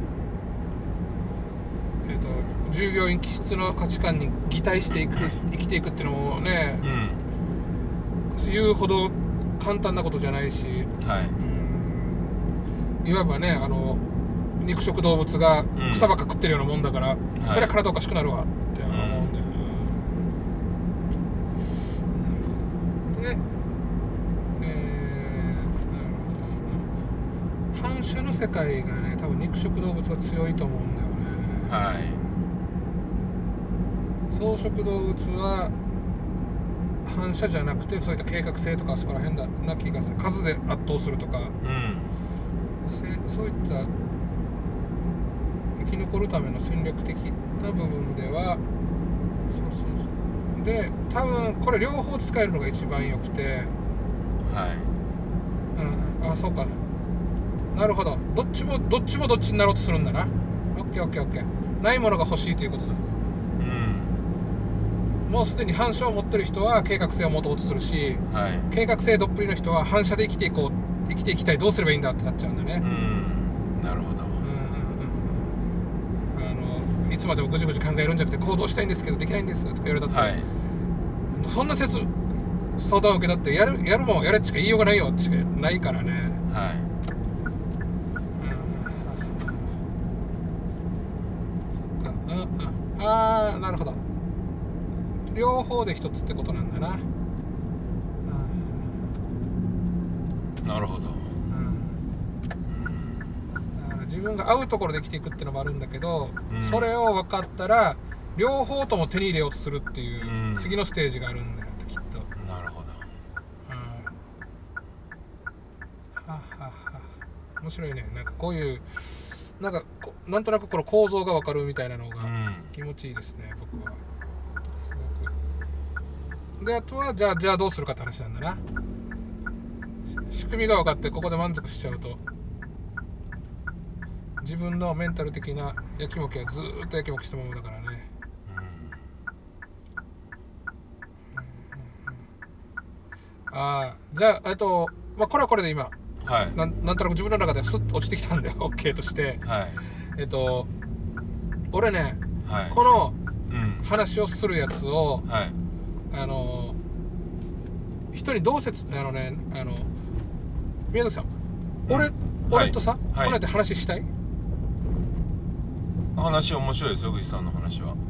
従業員気質の価値観に擬態して生きていくっていうのもね、言うほど簡単なことじゃないし、いわばね肉食動物が草ばっか食ってるようなもんだから、それは体おかしくなるわって思うんだよね。で、反射の世界がね多分肉食動物が強いと思うんだよね。草食動物は反射じゃなくてそういった計画性とかそこら辺だな気がする。数で圧倒するとか、そういった生き残るための戦略的な部分ではで多分これ両方使えるのが一番よくて、そうか、なるほど、どっちもどっちになろうとするんだな。オッケーないものが欲しいということだ。もうすでに反射を持ってる人は計画性を持とうとするし、計画性どっぷりの人は反射で生きていきたい、どうすればいいんだってなっちゃうんだね。
なるほど。
いつまでもぐじぐじ考えるんじゃなくて行動したいんですけどできないんですとか言われたって、そんな相談を受けたってやるもんやれってしか言いようがないよってしかないからね。 ああ、なるほど。両方で一つってことなんだな。
なるほど。
だから自分が合うところで生きていくっていうのもあるんだけど、それを分かったら両方とも手に入れようとするっていう次のステージがあるんだよきっと。
なるほど。
面白いね。なんかこういうなんとなくこの構造が分かるみたいなのが気持ちいいですね、僕はすごく。であとはじゃあどうするかって話なんだな。仕組みが分かってここで満足しちゃうと自分のメンタル的なやきもきはずーっとやきもきしたままだからね。じゃあこれはこれで今、はい、なんとなく自分の中でスッと落ちてきたんで OK として、はい、俺ね、はい、この話をするやつを、はい、人にどう宮崎さん、俺とさ、はい、このやって話したい？
話面白いですよ、口さんの話は。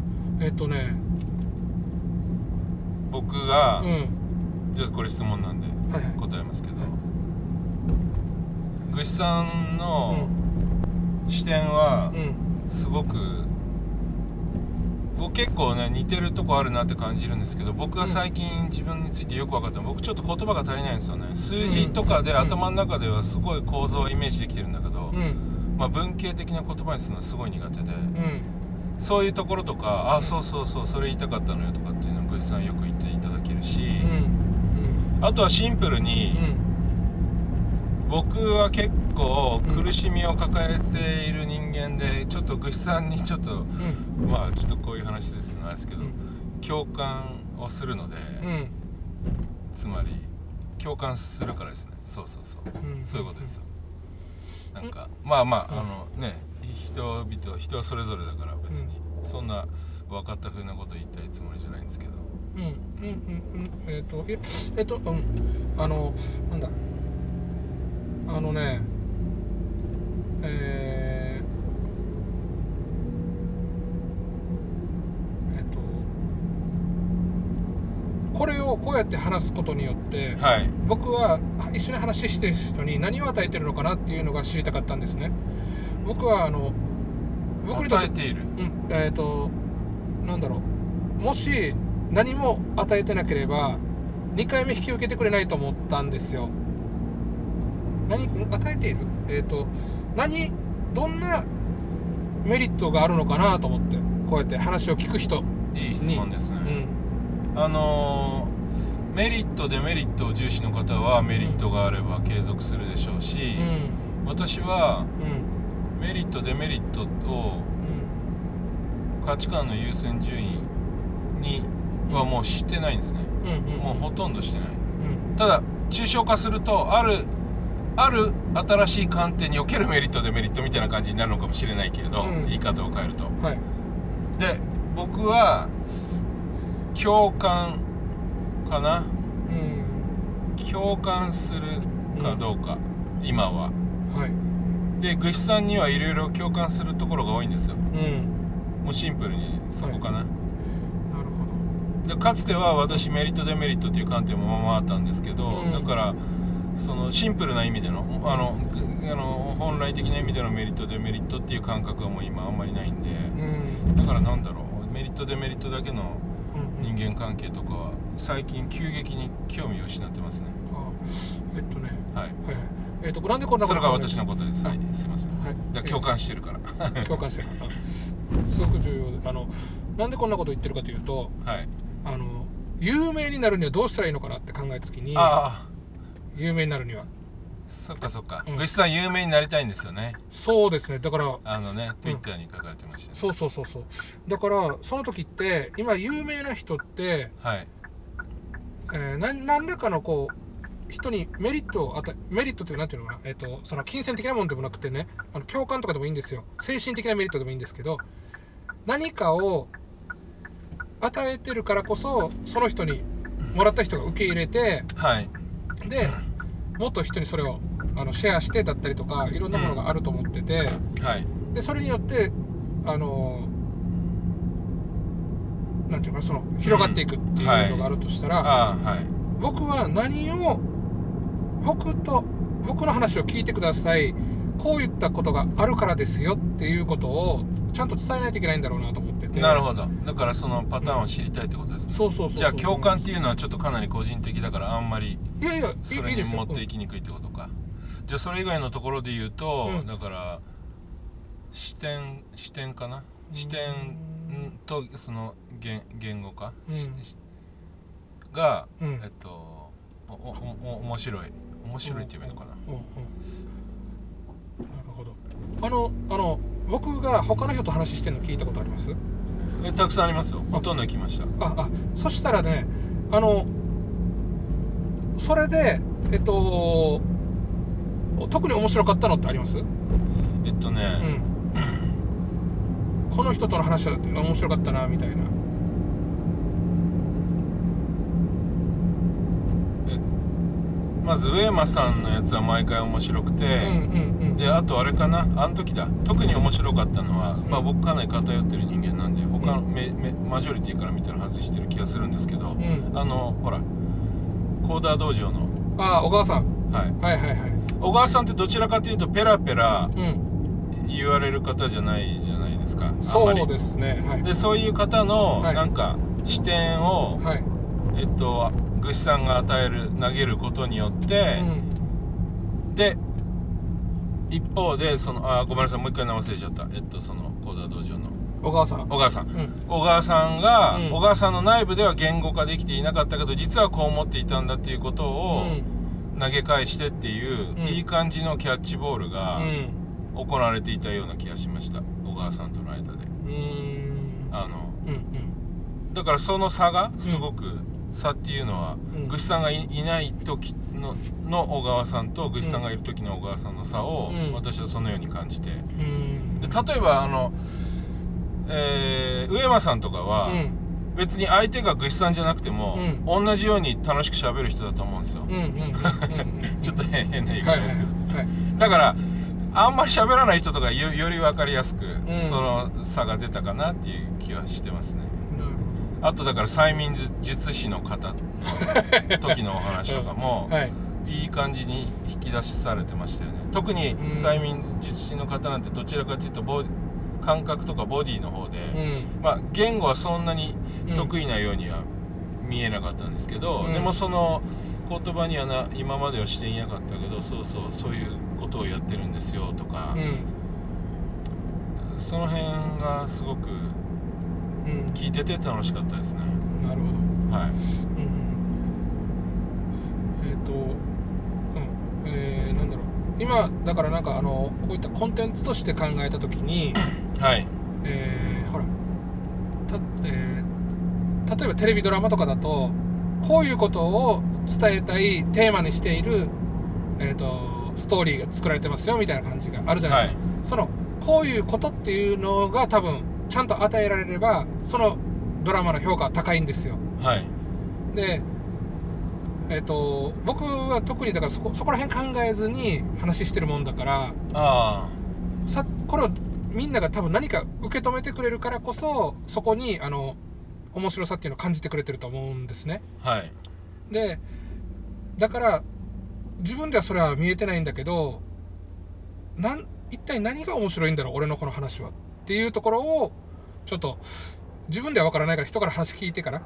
僕が、じゃあこれ質問なんで答えますけど、ぐしさんの視点はすごく、僕結構ね似てるとこあるなって感じるんですけど、僕が最近自分についてよく分かったのは、僕ちょっと言葉が足りないんですよね。数字とかで頭の中ではすごい構造をイメージできてるんだけど、文系的な言葉にするのはすごい苦手で、そういうところとか、そうそれ言いたかったのよとかっていうのをぐしさんよく言っていただけるし、あとはシンプルに、僕は結構苦しみを抱えている人間で、ちょっとぐしさんにちょっと、ちょっとこういう話ですのあれですけど、共感をするので、つまり共感するからですね。そういうことですよ。なんか人はそれぞれだから、別にそんな分かった風なこと言いたいつもりじゃないんですけど。
なんだ、これをこうやって話すことによって、僕は一緒に話してる人に何を与えてるのかなっていうのが知りたかったんですね。僕は僕にとって
与えている、
なんだろう、もし何も与えてなければ2回目引き受けてくれないと思ったんですよ。与えている？どんなメリットがあるのかなと思って、こうやって話を聞く人に。
いい質問ですね。メリットデメリットを重視の方はメリットがあれば継続するでしょうし、私は、メリットデメリットと、価値観の優先順位にはもうしてないんですね。もうほとんどしてない。ただ抽象化すると、ある新しい観点におけるメリットデメリットみたいな感じになるのかもしれないけれど、言い方を変えると、で僕は共感かな、共感するかどうか、今は、でぐしさんにはいろいろ共感するところが多いんですよ。もうシンプルにそこかな。なるほど。でかつては私メリットデメリットっていう観点もままあったんですけど、だからそのシンプルな意味での本来的な意味でのメリットデメリットっていう感覚はもう今あんまりないんで、だからなんだろう、メリットデメリットだけの人間関係とかは最近急激に興味を失ってますね。
なんでこんなこと、
それが私のことです。すいません。だから共感してるから
共感してるすごく重要で、なんでこんなこと言ってるかというと、有名になるにはどうしたらいいのかなって考えたときに、有名になるには、
そっか、ぐしさん有名になりたいんですよね。
そうですね。だから
Twitter に書かれてましたね。
そうだからその時って、今有名な人って、何らかのこう人にメリットってなんていうのかな、その金銭的なものでもなくてね、共感とかでもいいんですよ。精神的なメリットでもいいんですけど、何かを与えてるからこそ、その人にもらった人が受け入れて、でもっと人にそれをシェアしてだったりとか、いろんなものがあると思ってて、でそれによってなんていうかその広がっていくっていうのがあるとしたら、僕は何を僕の話を聞いてください、こういったことがあるからですよっていうことをちゃんと伝えないといけないんだろうなと思ってて。
なるほど。だからそのパターンを知りたいってことですね。
そう
じゃあ共感っていうのはちょっとかなり個人的だからあんまりそれに持っていきにくいってことか。じゃあそれ以外のところで言うと、だから視点かな、視点とその言語化、が面白いって言えばいいのかな。
なるほど。僕が他の人と話してるの聞いたことあります？
たくさんありますよ。ほとんど聞きました。
そしたらね、それで特に面白かったのってあります？この人との話は面白かったなみたいな。
まず上間さんのやつは毎回面白くて、であとあれかな、あの時だ、特に面白かったのは、僕かなり偏ってる人間なんで他のマジョリティから見たら外してる気がするんですけど、ほらコーダー道場の
小川さん、
小川さんってどちらかというとペラペラ言われる方じゃないじゃないですか。
そうですね。
でそういう方のなんか視点を、ぐしさんが投げることによって、で一方でそのごめんなさい、もう一回名忘れちゃった。そのコーダー道場の小川さんが、小川さんの内部では言語化できていなかったけど実はこう思っていたんだっていうことを投げ返してっていう、いい感じのキャッチボールが行われていたような気がしました、小川さんとの間で。だからその差がすごく、差っていうのは、ぐしさんが いない時の小川さんとぐしさんがいる時の小川さんの差を、私はそのように感じて、で例えば上間さんとかは、別に相手がぐしさんじゃなくても、同じように楽しく喋る人だと思うんですよ。ちょっと変な言い方ですけど、だからあんまり喋らない人とかより分かりやすく、その差が出たかなっていう気はしてますね。あとだから催眠術師の方の時のお話とかも、いい感じに引き出しされてましたよね。特に催眠術師の方なんてどちらかというと感覚とかボディの方で、言語はそんなに得意なようには見えなかったんですけど、でもその言葉には今まではしていなかったけど、そういうことをやってるんですよとか、その辺がすごく聞いてて楽しかったですね。
なるほど。なんだろう、今だからなんかこういったコンテンツとして考えたときにほら例えばテレビドラマとかだとこういうことを伝えたいテーマにしているストーリーが作られてますよみたいな感じがあるじゃないですか。そのこういうことっていうのが多分ちゃんと与えられればそのドラマの評価は高いんですよ。で僕は特にだからそこら辺考えずに話してるもんだから、これをみんなが多分何か受け止めてくれるからこそそこに面白さっていうのを感じてくれてると思うんですね。でだから自分ではそれは見えてないんだけど、一体何が面白いんだろう俺のこの話はっていうところをちょっと自分では分からないから人から話聞いてから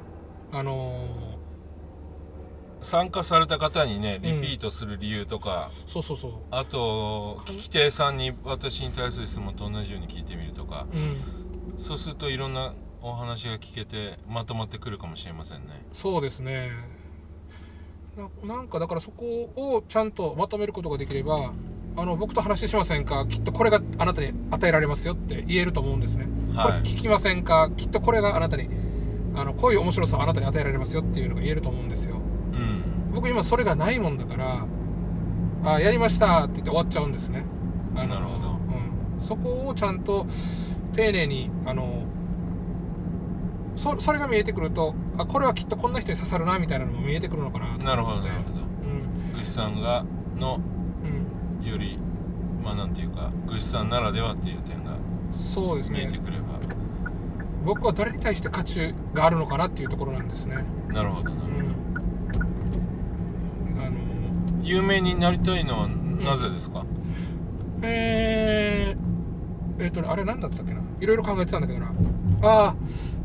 参加された方にねリピートする理由とか、あと聞き手さんに私に対する質問と同じように聞いてみるとか、そうするといろんなお話が聞けてまとまってくるかもしれませんね。
そうですね。なんかだからそこをちゃんとまとめることができれば僕と話しませんか、きっとこれがあなたに与えられますよって言えると思うんですね。これ聞きませんか、きっとこれがあなたにこういう面白さをあなたに与えられますよっていうのが言えると思うんですよ。僕今それがないもんだからやりましたって言って終わっちゃうんですね。
なるほど。
そこをちゃんと丁寧にそれが見えてくるとこれはきっとこんな人に刺さるなみたいなのも見えてくるのかなと思って。
なるほどなるほど。ぐしさんがのよりなんていうかぐしさんならではっていう点が見えてくれば、
僕は誰に対して価値があるのかなっていうところなんですね。
なるほどなるほど、有名になりたいのはなぜですか？
あれ何だったっけな、いろいろ考えてたんだけどな。あ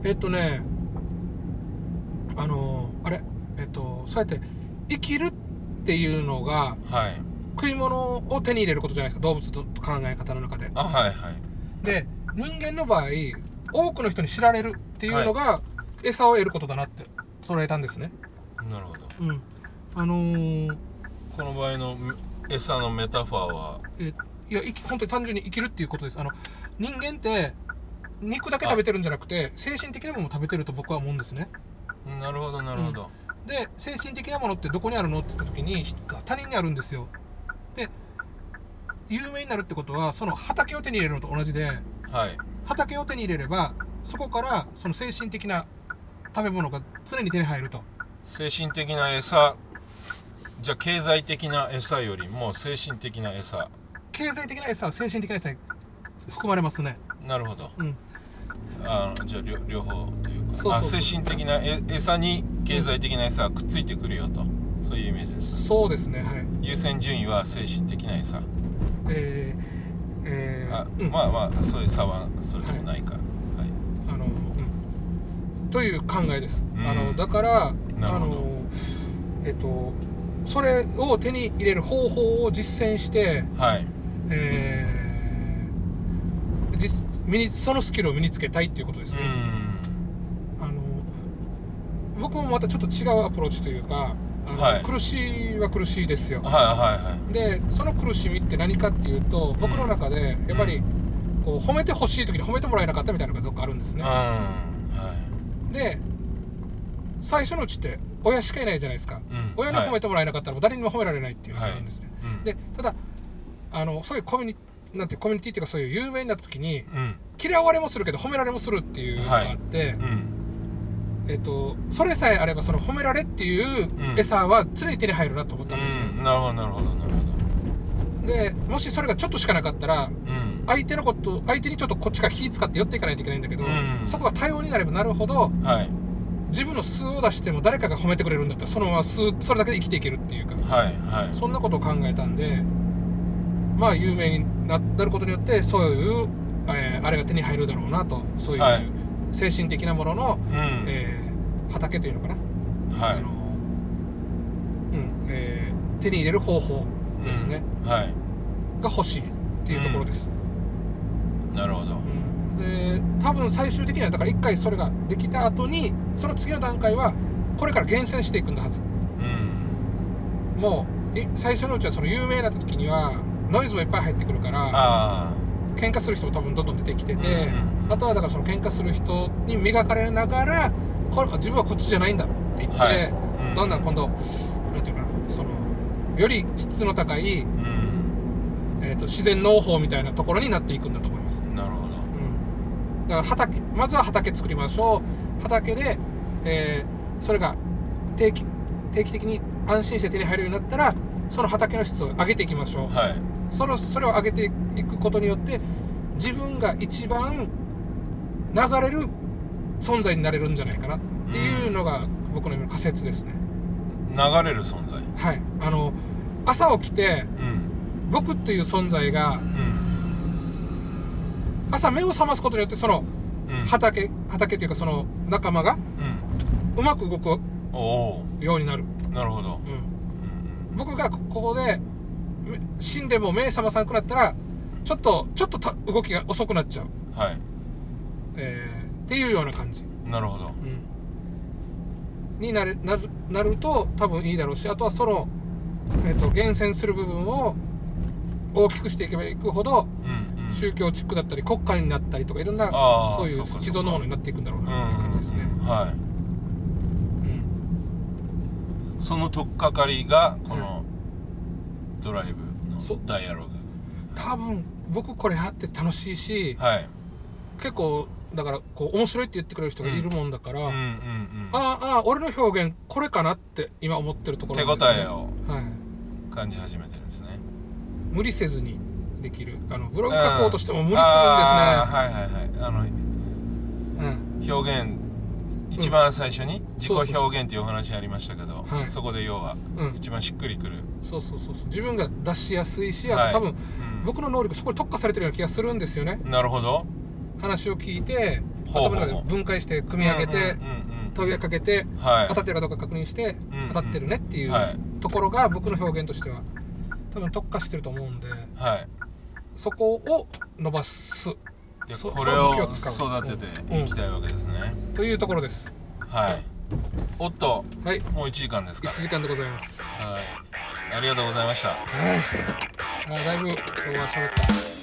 れそうやって生きるっていうのが、はい、食い物を手に入れることじゃないですか、動物の考え方の中で。
あ、はいはい。
で、人間の場合多くの人に知られるっていうのが、餌を得ることだなって捉えたんですね。
なるほど。
うん。
この場合の餌のメタファーは、
いや、本当に単純に生きるっていうことです。人間って肉だけ食べてるんじゃなくて精神的なものも食べてると僕は思うんですね。
なるほどなるほど、
で、精神的なものってどこにあるのって言った時に他人にあるんですよ。で、有名になるってことはその畑を手に入れるのと同じで、はい、畑を手に入れればそこからその精神的な食べ物が常に手に入ると。
精神的な餌じゃあ経済的な餌よりも精神的な餌、
経済的な餌は精神的な餌に含まれますね。
なるほど、じゃあ両方というか、精神的な餌に経済的な餌がくっついてくるよと、そういうイメージですか？
そうですね、はい。
優先順位は精神的な餌。まあそういう差はそれともないか、はい、
という考えです。だからそれを手に入れる方法を実践して、はい、そのスキルを身につけたいっていうことですね。僕もまたちょっと違うアプローチというか、苦しいは苦しいですよ。で、その苦しみって何かっていうと、僕の中でやっぱりこう褒めてほしい時に褒めてもらえなかったみたいなのがどっかあるんですね。で、最初のうちって親しかいないじゃないですか。親に褒めてもらえなかったら誰にも褒められないっていうのがあるんですね。で、ただそういうコミュニティっていうか、そういう有名になった時に、嫌われもするけど褒められもするっていうのがあって、それさえあればその褒められっていう餌は常に手に入るなと思ったんですよ。
なるほどなるほどなるほ
ど。で、もしそれがちょっとしかなかったら、相手にちょっとこっちから気使って寄っていかないといけないんだけど、そこが多様になればなるほど、自分の素を出しても誰かが褒めてくれるんだったらそのままそれだけで生きていけるっていうか、そんなことを考えたんで、まあ有名になることによってそういう、あれが手に入るだろうなと、そういう精神的なものの、畑というのかな、手に入れる方法ですね、が欲しいっていうところです。
なるほど。
で、多分最終的にはだから一回それができた後にその次の段階はこれから厳選していくんだはず。もう最初のうちはその有名になった時にはノイズもいっぱい入ってくるから、喧嘩する人も多分どんどん出てきてて、あとはだからその喧嘩する人に磨かれながら、自分はこっちじゃないんだって言って、どんどん今度なんていうかな、そのより質の高い、自然農法みたいなところになっていくんだと思います。
なるほど。
だからまずは畑作りましょう。畑で、それが定期的に安心して手に入るようになったら、その畑の質を上げていきましょう。それを上げていくことによって自分が一番流れる存在になれるんじゃないかなっていうのが僕の仮説ですね。
流れる存在。
はい。朝起きて、僕っていう存在が、朝目を覚ますことによってその畑っていうかその仲間がうまく動くようになる。
なるほど。
僕がここで死んでも目覚まさなくなったらちょっと動きが遅くなっちゃう。っていうような感じ。
なるほど。
になると多分いいだろうし、あとはその厳選する部分を大きくしていけばいくほど、宗教チックだったり国家になったりとかいろんなそういう既存のものになっていくんだろうなっていう感じですね。
その取っかかりがこのドライブのダイアログ。
多分僕これやって楽しいし、結構だからこう面白いって言ってくれる人がいるもんだから、俺の表現これかなって今思ってるところなんですね。
手応えを感じ始めてるんですね。
無理せずにできる。ブログ書こうとしても無理するんですね。
表現、一番最初に自己表現っていうお話ありましたけど、そこで要は一番しっくりくる、
そう自分が出しやすいし、あと多分、僕の能力そこに特化されてるような気がするんですよね。
なるほど。
話を聞いて頭の中で分解して組み上げて問いかけて、当たってるかどうか確認して当たってるねっていうところが僕の表現としては多分特化してると思うんで、そこを伸ばす、
これを育てていきたいわけですね、
というところです。
おっと、もう1時間ですか。
1時間でございます。
ありがとうございました。
だいぶ今日は喋った。